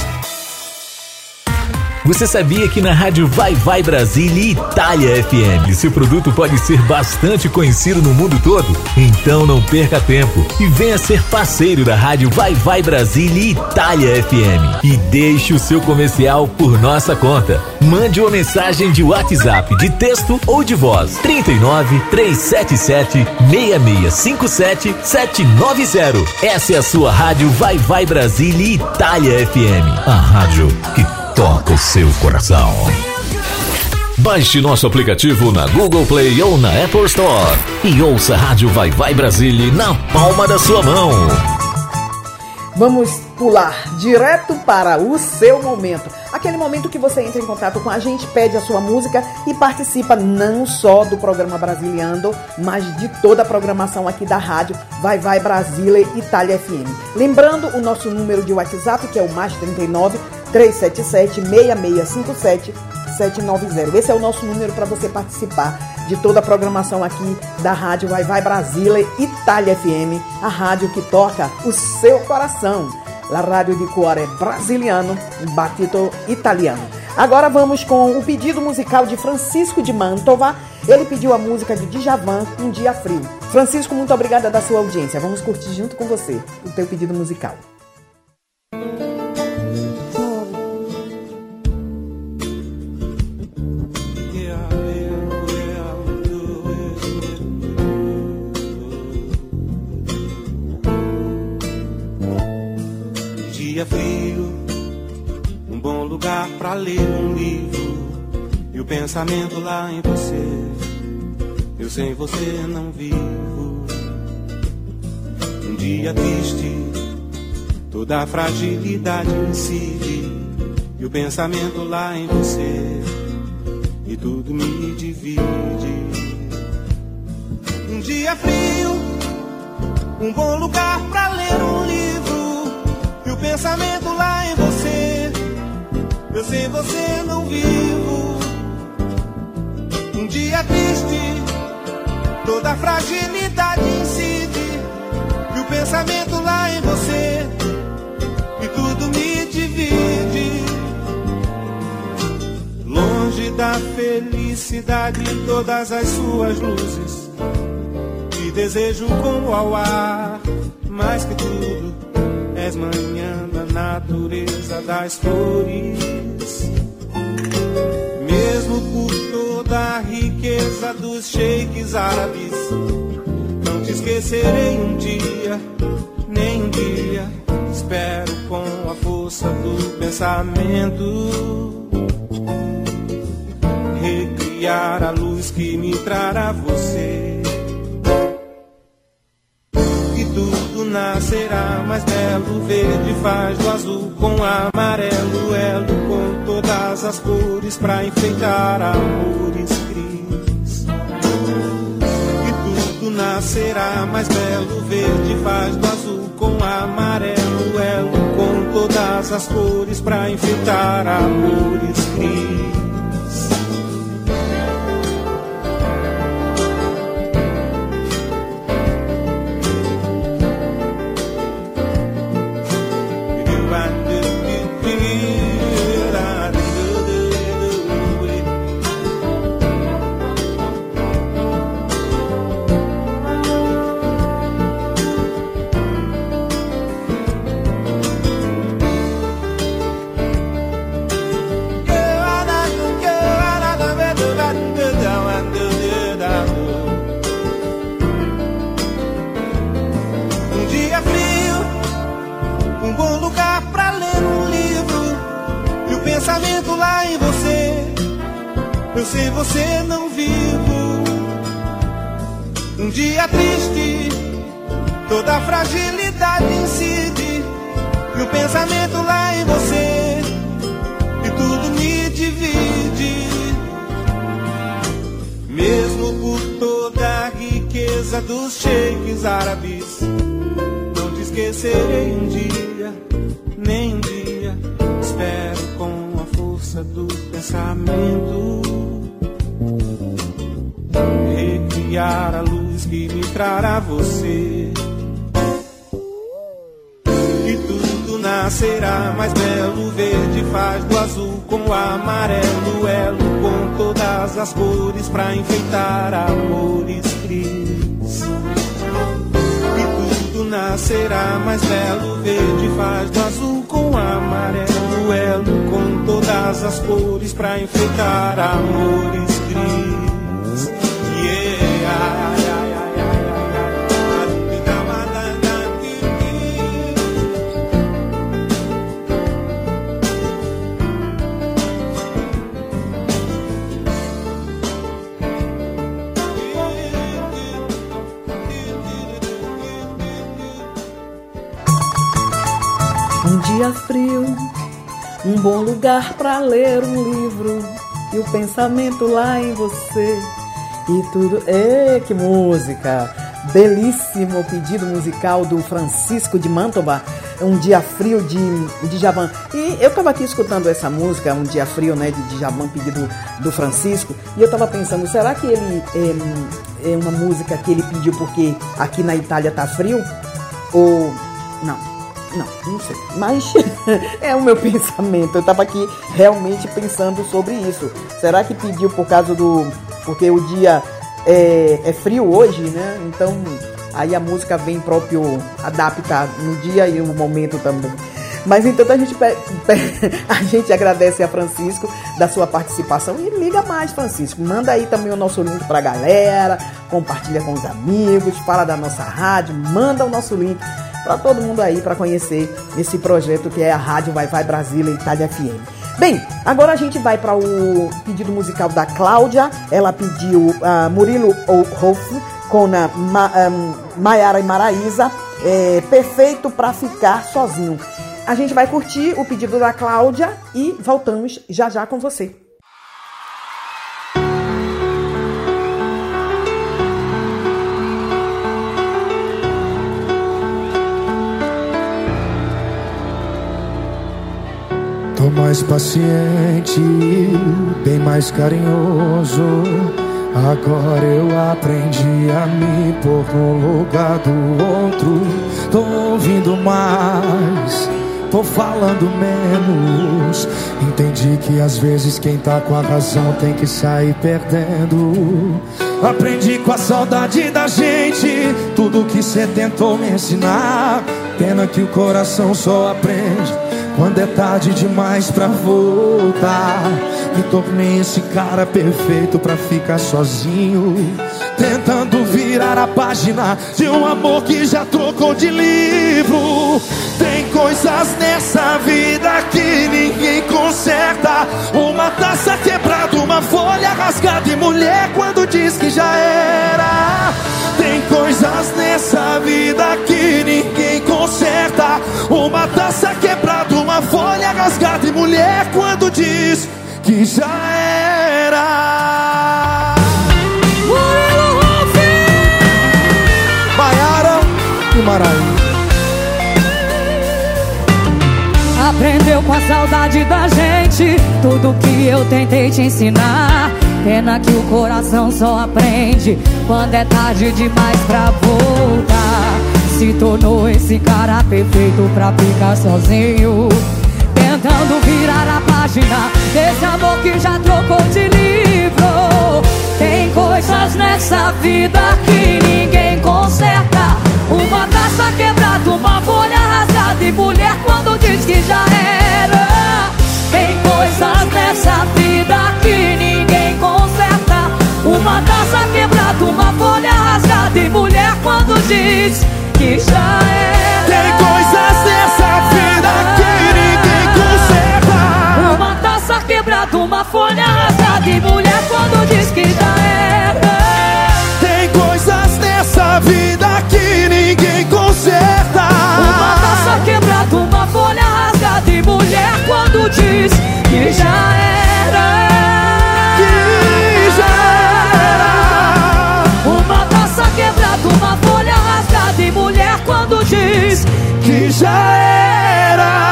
Você sabia que na rádio Vai Vai Brasília e Itália FM seu produto pode ser bastante conhecido no mundo todo? Então não perca tempo e venha ser parceiro da rádio Vai Vai Brasília e Itália FM e deixe o seu comercial por nossa conta. Mande uma mensagem de WhatsApp de texto ou de voz 39 377 6657 790. Essa é a sua rádio Vai Vai Brasília e Itália FM, a rádio que toca o seu coração. Baixe nosso aplicativo na Google Play ou na Apple Store e ouça a Rádio Vai Vai Brasília na palma da sua mão. Vamos pular direto para o seu momento. Aquele momento que você entra em contato com a gente, pede a sua música e participa não só do programa Brasiliando, mas de toda a programação aqui da rádio Vai Vai Brasília Itália FM. Lembrando o nosso número de WhatsApp, que é o mais 39 377 6657 790. Esse é o nosso número para você participar de toda a programação aqui da rádio Vai Vai Brasília Itália FM, a rádio que toca o seu coração. La rádio di cuore brasiliano, battito italiano. Agora vamos com o pedido musical de Francisco de Mantova. Ele pediu a música de Djavan, Um Dia Frio. Francisco, muito obrigada da sua audiência. Vamos curtir junto com você o teu pedido musical. Dia frio, um bom lugar pra ler um livro e o pensamento lá em você. Eu sem você não vivo. Um dia triste, toda a fragilidade incide e o pensamento lá em você e tudo me divide. Um dia frio, um bom lugar pra ler um livro e o pensamento lá em você. Eu sem você não vivo. Um dia triste, toda a fragilidade incide e o pensamento lá em você e tudo me divide. Longe da felicidade e todas as suas luzes, te desejo como ao ar, mais que tudo és manhã da natureza das flores. Mesmo por toda a riqueza dos sheiks árabes, não te esquecerei um dia, nem um dia. Espero com a força do pensamento recriar a luz que me trará você. E tudo nascerá mais belo, verde faz do azul com amarelo, elo com todas as cores pra enfeitar amores cris. E tudo nascerá mais belo, verde faz do azul com amarelo, elo com todas as cores pra enfeitar amores cris. Eu sem você não vivo. Um dia triste, toda a fragilidade incide e o pensamento lá em você e tudo me divide. Mesmo por toda a riqueza dos sheiks árabes, não te esquecerei um dia, nem um dia. Espero com a força do pensamento recriar a luz que me trará você. E tudo nascerá mais belo, verde faz do azul com o amarelo, elo com todas as cores pra enfeitar amores cris. E tudo nascerá mais belo, verde faz do azul com o amarelo, elo com todas as cores pra enfeitar amores cris. Um dia frio, um bom lugar pra ler um livro e o pensamento lá em você e tudo. Que música! Belíssimo pedido musical do Francisco de Mantova, Um Dia Frio de Djavan. E eu tava aqui escutando essa música, Um Dia Frio, né, de Djavan, pedido do Francisco, e eu tava pensando, será que ele é uma música que ele pediu porque aqui na Itália tá frio? Ou não sei, mas é o meu pensamento. Eu tava aqui realmente pensando sobre isso. Será que pediu por causa porque o dia é frio hoje, né? Então aí a música vem próprio adaptar no dia e no momento também. Mas então a gente agradece a Francisco da sua participação e liga mais, Francisco. Manda aí também o nosso link pra galera, compartilha com os amigos, fala da nossa rádio, manda o nosso link para todo mundo aí para conhecer esse projeto que é a Rádio Vai Brasília Itália FM. Bem, agora a gente vai para o pedido musical da Cláudia. Ela pediu Murilo Hoff com a Maiara e Maraísa, Perfeito para Ficar Sozinho. A gente vai curtir o pedido da Cláudia e voltamos já já com você. Tô mais paciente, bem mais carinhoso. Agora eu aprendi a me pôr no lugar do outro. Tô ouvindo mais, tô falando menos. Entendi que às vezes quem tá com a razão tem que sair perdendo. Aprendi com a saudade da gente tudo que cê tentou me ensinar. Pena que o coração só aprende quando é tarde demais pra voltar. Me tornei esse cara perfeito pra ficar sozinho, tentando virar a página de um amor que já trocou de livro. Tem coisas nessa vida que ninguém conserta. Uma taça quebrada, uma folha rasgada e mulher quando diz que já era. Tem coisas nessa vida que ninguém conserta. Uma taça quebrada, uma folha rasgada e mulher quando diz que já era. Maiara e Maraísa. Aprendeu com a saudade da gente tudo que eu tentei te ensinar. Pena que o coração só aprende quando é tarde demais pra voltar. Se tornou esse cara perfeito pra ficar sozinho, tentando virar a página desse amor que já trocou de livro. Tem coisas nessa vida que ninguém conserta. Uma taça quebrada, uma folha rasgada e mulher quando diz que já era. Tem coisas nessa vida que ninguém conserta. Uma taça quebrada, uma folha rasgada e mulher quando diz que já era. Tem coisas nessa vida que ninguém conserta. Uma taça quebrada, uma folha rasgada e mulher quando diz que já era. Tem coisas nessa vida que ninguém conserta. Uma taça quebrada, uma folha rasgada e mulher quando diz que já era. Que já era. Uma taça quebrada, uma folha rasgada e mulher quando diz que já era.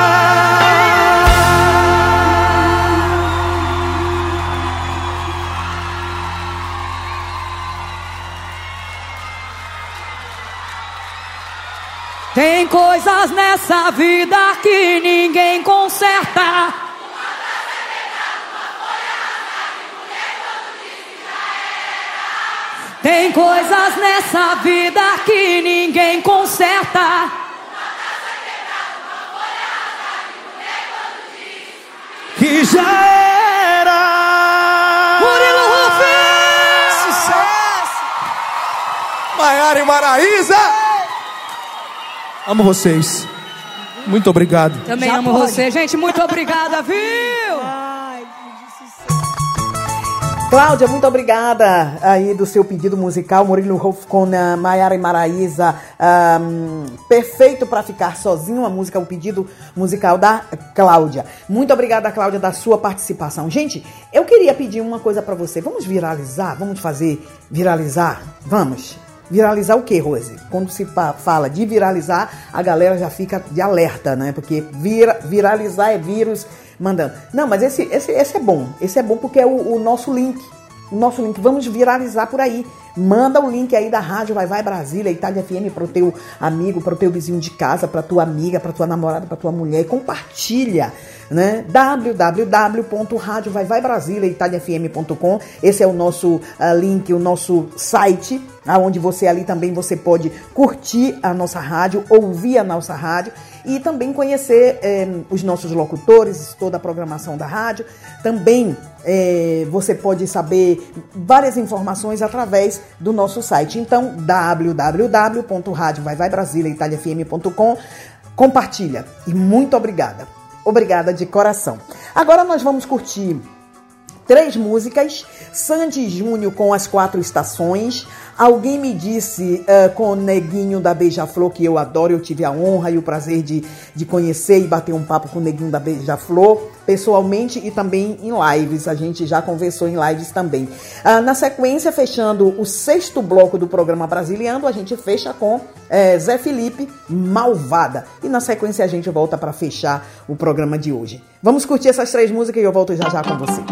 Tem coisas nessa vida que ninguém conserta. Tem coisas nessa vida que ninguém conserta. Que já era. Murilo Hoff! Sucesso! Maiara e Maraísa. Amo vocês. Muito obrigado. Também já amo você, gente. Muito obrigada, viu? Cláudia, muito obrigada aí do seu pedido musical. Murilo Hoff com a Maiara e Maraísa, Perfeito para Ficar Sozinho, a música, o pedido musical da Cláudia. Muito obrigada, Cláudia, da sua participação. Gente, eu queria pedir uma coisa para você. Vamos viralizar? Vamos fazer viralizar? Vamos. Viralizar o quê, Rose? Quando se fala de viralizar, a galera já fica de alerta, né? Porque viralizar é vírus mandando. Não, mas esse é bom. Esse é bom porque é o nosso link. nosso link, vamos viralizar por aí. Manda o link aí da Rádio Vai Brasília, Itália FM, para o teu amigo, para o teu vizinho de casa, para tua amiga, para tua namorada, para tua mulher. Compartilha, né? www.radiovaivaibrasilia.italiafm.com. Esse é o nosso link, o nosso site, onde você ali também você pode curtir a nossa rádio, ouvir a nossa rádio e também conhecer os nossos locutores, toda a programação da rádio. Também você pode saber várias informações através do nosso site. Então, www.radiovaivaibrasilia.italiafm.com. Compartilha. E muito obrigada. Obrigada de coração. Agora nós vamos curtir 3 músicas. Sandy Júnior com As 4 Estações. Alguém me disse com o Neguinho da Beija-Flor, que eu adoro. Eu tive a honra e o prazer de conhecer e bater um papo com o Neguinho da Beija-Flor, pessoalmente e também em lives. A gente já conversou em lives também. Na sequência, fechando o 6º bloco do programa Brasiliando, a gente fecha com Zé Felipe, Malvada. E na sequência a gente volta para fechar o programa de hoje. Vamos curtir essas 3 músicas e eu volto já com você.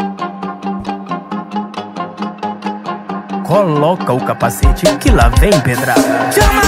Coloca o capacete que lá vem pedrada. Chama!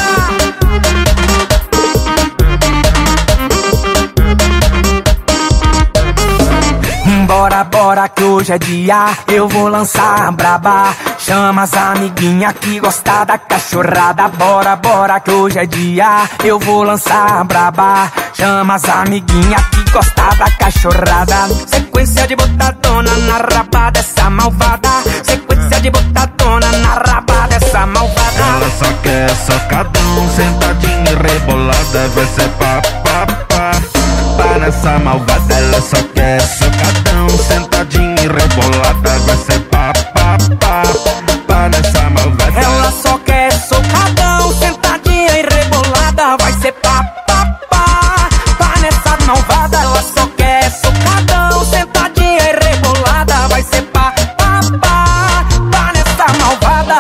Bora, bora que hoje é dia, eu vou lançar braba. Chama as amiguinhas que gostam da cachorrada. Bora, bora que hoje é dia, eu vou lançar braba. Chama as amiguinhas que gostam da cachorrada. Sequência de botadona na raba dessa malvada. Sequência de botadona na raba dessa malvada. Ela só quer socadão, sentadinha e rebolada. Vai ser pá, pá, pá. Pá nessa malvada, ela só quer socadão, sentadinha e rebolada. Vai ser pá, pá, pá. Pá nessa malvada. Ela só quer socadão, sentadinha e rebolada. Vai ser pá, pá, pá. Pá nessa malvada. Ela só quer socadão, sentadinha e rebolada. Vai ser pá, pá, pá. Pá nessa malvada.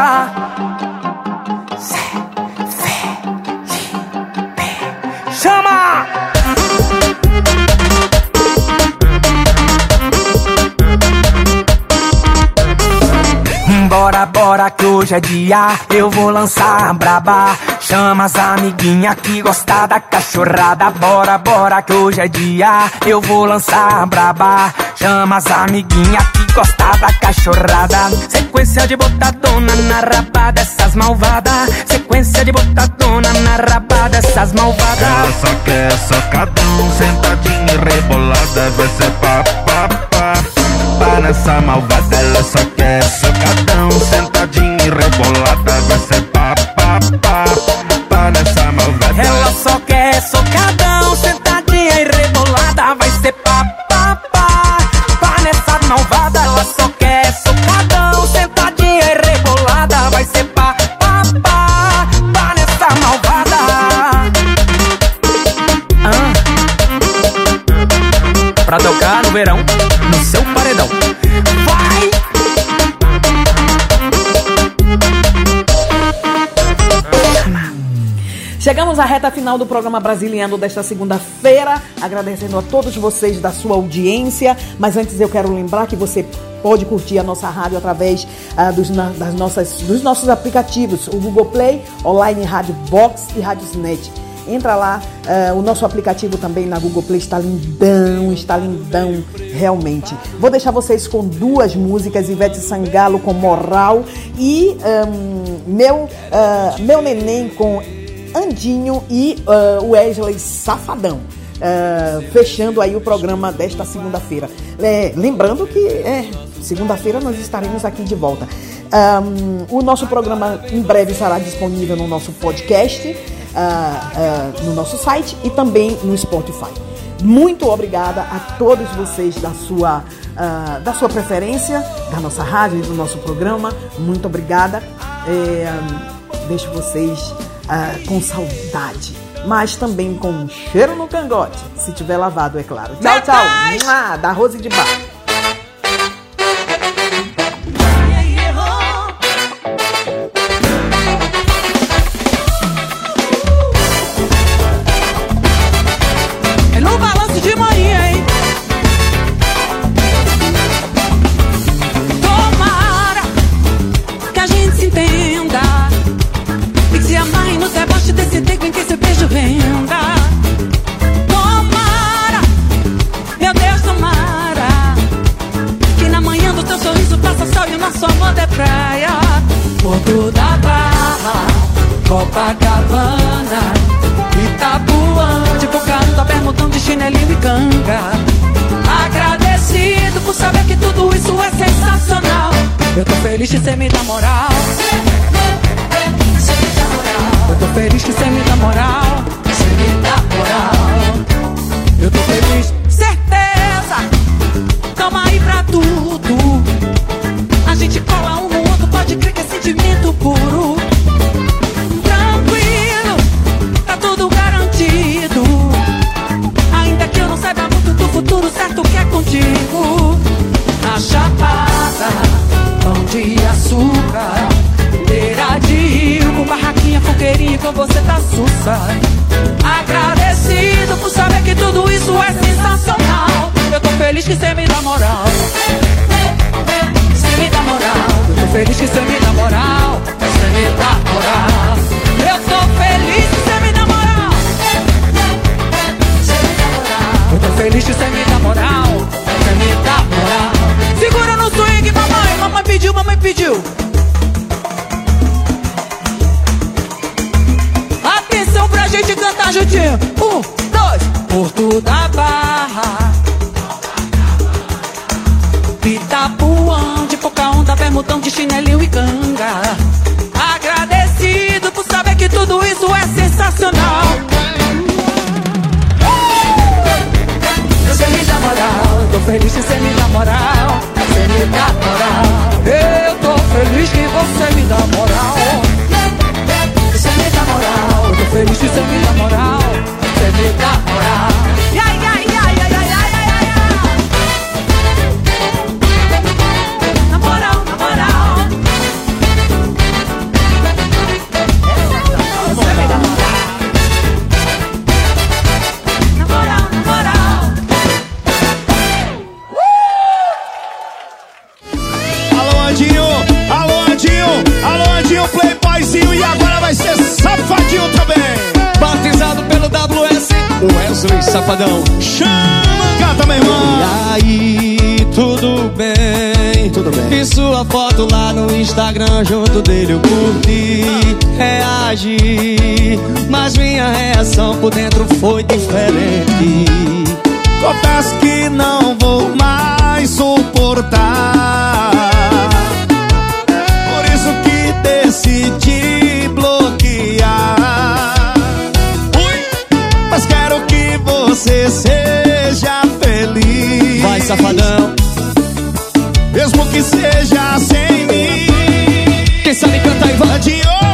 Chama! Bora, bora que hoje é dia, eu vou lançar braba. Chama as amiguinhas que gostam da cachorrada. Bora, bora que hoje é dia, eu vou lançar braba. Chama as amiguinhas que gostam da cachorrada. Sequência de botadona na raba dessas malvadas. Sequência de botadona na raba dessas malvadas. Ela só quer socadão, sentadinha e rebolada. Vai ser pá, pá, pá. Pá nessa malvada, ela só quer socadão, sentadinha e rebolada. Vai ser pá, pá, pá. Pá nessa malvada. Ela só quer socadão, sentadinha e rebolada. Vai ser pá, pá, pá. Pá nessa malvada. Ela só quer socadão, sentadinha e rebolada. Vai ser pá, pá, pá. Pá nessa malvada. Pra tocar no verão, no seu paredão. Vai! Chegamos à reta final do programa Brasiliando desta segunda-feira, agradecendo a todos vocês da sua audiência, mas antes eu quero lembrar que você pode curtir a nossa rádio através dos nossos aplicativos, o Google Play, Online Rádio Box e Radiosnet. Entra lá, o nosso aplicativo também na Google Play está lindão realmente. Vou deixar vocês com 2 músicas, Ivete Sangalo com Moral e meu Neném com Andinho e Wesley Safadão. Fechando aí o programa desta segunda-feira. Lembrando que segunda-feira nós estaremos aqui de volta. O nosso programa em breve estará disponível no nosso podcast, no nosso site e também no Spotify. Muito obrigada a todos vocês da sua preferência, da nossa rádio e do nosso programa. Muito obrigada. Deixo vocês com saudade, mas também com um cheiro no cangote, se tiver lavado, é claro. Tchau, tchau. Da Rose de Bar. É no balanço de manhã, hein? Toma Eu tô feliz que cê me dá moral. Eu tô feliz que cê me dá moral. Cê me dá moral. Eu tô feliz, certeza. Tamo aí pra tudo. A gente cola um no outro, pode crer que é sentimento puro. Tranquilo, tá tudo garantido. Ainda que eu não saiba muito do futuro, certo que é contigo. Na chapada, pão de açúcar, beira de rio, com barraquinha, fogueirinha, com você tá sussa. Agradecido por saber que tudo isso é sensacional. Eu tô feliz que cê me dá moral. Cê me dá moral. Eu tô feliz que cê me dá moral. Cê me dá moral. Eu tô feliz que cê me dá moral. Cê me dá moral. Eu tô feliz que cê me dá moral. Cê me dá moral. Segura no swing, mamãe. Mamãe pediu, mamãe pediu. Atenção pra gente cantar juntinho. 1, 2. Porto da Barra, Itapuã, de pouca onda, bermudão, de chinelinho e canga. Agradecido por saber que tudo isso é sensacional. Você me dá moral. Eu tô feliz que você me dá moral. Você me dá moral. Eu tô feliz que você me dá moral. Você me dá moral. Eu tô feliz que você me dá moral. Você me dá moral. Ai, ai, ai, ai, ai, ai, ai, ai. Na moral, na moral. Você me dá moral. Na moral, na moral. Alô, Andinho, alô, Andinho, alô, Andinho, playboyzinho. E agora vai ser safadinho também. Batizado pelo WS, Wesley Safadão. Chama, canta, meu irmão. E aí, tudo bem? Tudo bem. Vi sua foto lá no Instagram, junto dele eu curti, reagi, mas minha reação por dentro foi diferente. Confesso que não vou mais suportar, por isso que decidi bloquear. Mas quero que você seja feliz. Vai, safadão. Mesmo que seja sem mim. Quem sabe cantar e vai.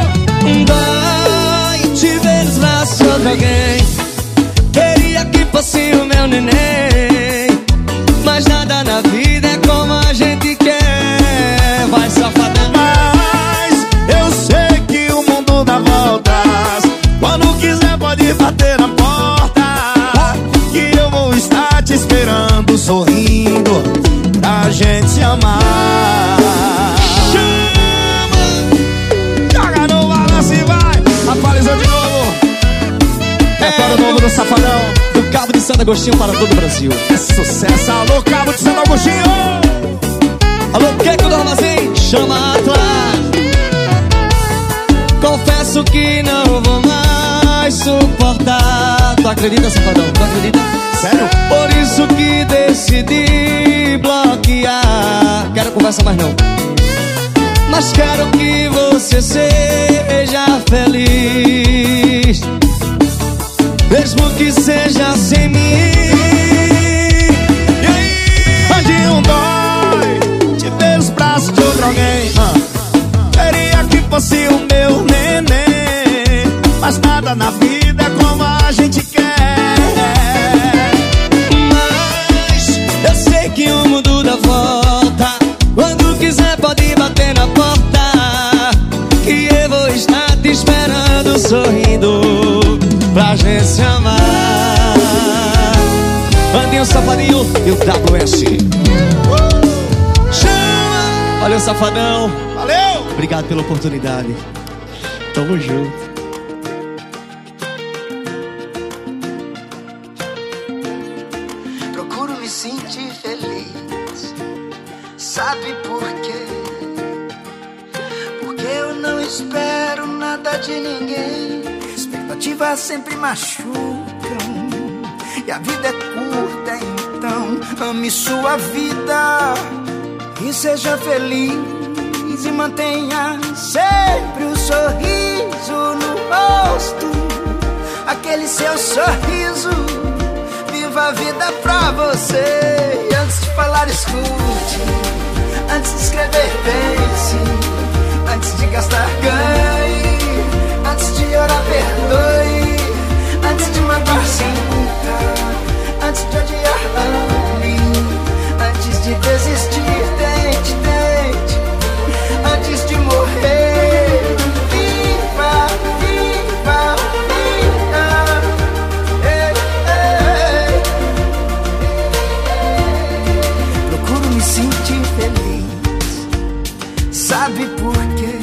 Vai te ver nos braços de alguém. Queria que fosse o meu neném, mas nada na vida é como a gente quer. Vai, safadão. Mas eu sei que o mundo dá voltas. Quando quiser pode bater na porta, que eu vou estar te esperando, sorrindo, pra gente se amar. Chama! Joga no balanço e vai. Atualizou de novo. Repertório novo do Safadão, do Cabo de Santo Agostinho para todo o Brasil. É sucesso. Alô, Cabo de Santo Agostinho. Alô, Queco do Armazém, chama Atlas. Confesso que não vou mais suportar. Tu acredita, Safadão? Tu acredita? Sério? Por isso que decidi bloquear. Quero conversa mais não. Mas quero que você seja feliz, mesmo que seja sem mim. E aí? Andinho dói te ver os braços de outro alguém. Queria que fosse o meu neném, mas nada na vida é como a gente quer. Mas eu sei que o mundo dá volta. Quando quiser pode bater na porta, que eu vou estar te esperando, sorrindo, pra gente se amar. Andinho, Safadinho e o WS. Chama! Valeu, Safadão. Valeu! Obrigado pela oportunidade. Tamo junto. Procuro me sentir feliz. Sabe por quê? Porque eu não espero nada de ninguém. Expectativas sempre machucam, e a vida é curta, então ame sua vida e seja feliz. e mantenha sempre o sorriso no rosto. Aquele seu sorriso, viva a vida pra você. E antes de falar, escute. Antes de escrever, pense. Antes de gastar, ganhe. Antes de orar, perdoe. Antes de magoar, sinta. Antes de odiar, ame. Antes de desistir, tente, tente. Antes de morrer, viva, viva, viva. Ei, ei. Procuro me sentir feliz. Sabe por quê?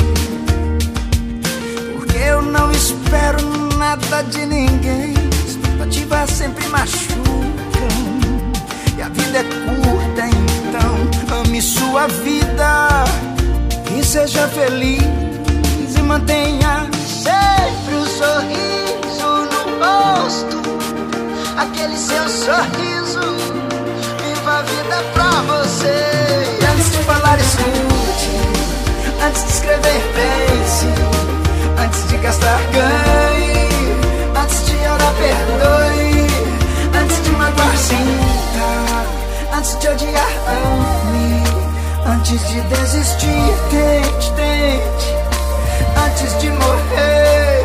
Porque eu não espero nada de ninguém. Expectativas sempre machucam. E a vida é curta, então ame sua vida e seja feliz. E mantenha sempre o sorriso no rosto. Aquele seu sorriso, viva a vida pra você. E antes de falar, escute. Antes de escrever, pense. Antes de gastar, ganhe. Antes de orar, perdoe. Antes de magoar, sinta. Antes de odiar, ame. Antes de desistir, tente, tente. Antes de morrer.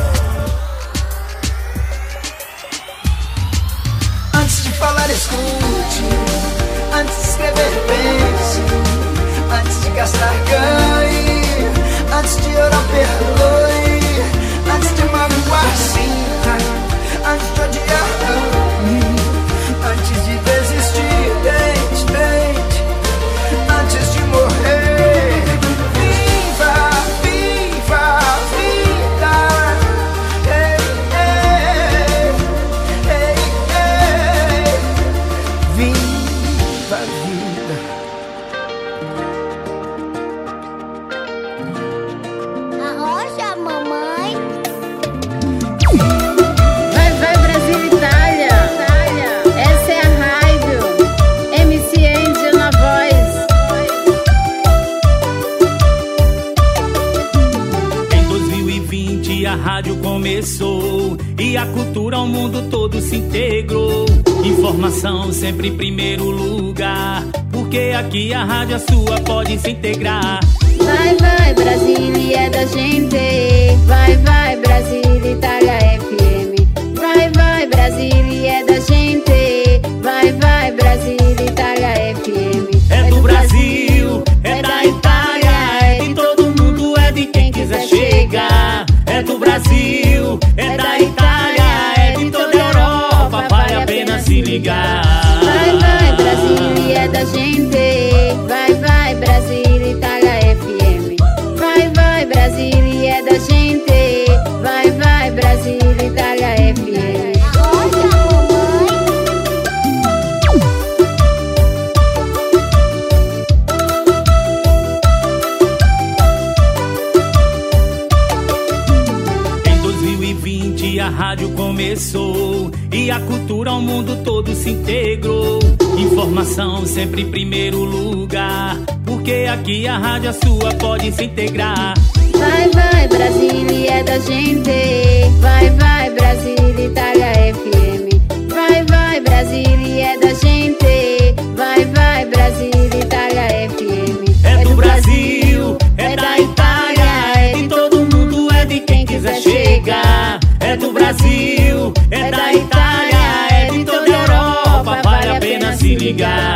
Antes de falar, escute. Antes de escrever, pense. Antes de gastar, ganhe. Antes de orar, perdoe. Antes de magoar, sinta. Antes de odiar, ame. Antes de desistir, tente, tente. Antes de morrer. Viva, viva a vida. Ei, ei, ei, ei. Viva a vida. Arrocha, mamãe. Vai, vai, Brasil, Itália. Essa é a rádio. MC Angel na voz. Em 2020 a rádio começou e a cultura ao mundo todo se integrou. Informação sempre em primeiro lugar, porque aqui a rádio é sua, pode se integrar. Vai, vai, Brasília é da gente. Vai, vai, Brasília, Itália FM. Vai, vai, Brasília é da gente. Vai, vai, Brasília, Itália FM. É do Brasil, é da Itália, é de todo mundo, é de quem quiser chegar. É do Brasil, é da Itália, é de toda a Europa, vale a pena se ligar. Vai, vai, Brasília é da gente. Vai, vai, Brasília, Itália FM. Vai, vai, Brasília é da gente. Vai, vai, Brasília, Itália FM. Em 2020 a rádio começou e a cultura ao mundo todo se integrou. Informação sempre em primeiro lugar, porque aqui a rádio é sua, pode se integrar. Vai, vai, Brasília é da gente. Vai, vai, Brasília, Itália FM. Vai, vai, Brasília é da gente. Vai, vai, Brasília, Itália FM. É do Brasil, é da Itália, é de todo mundo, é de quem quiser chegar. É do Brasil, é da Itália, é de toda a Europa, vale a pena se ligar.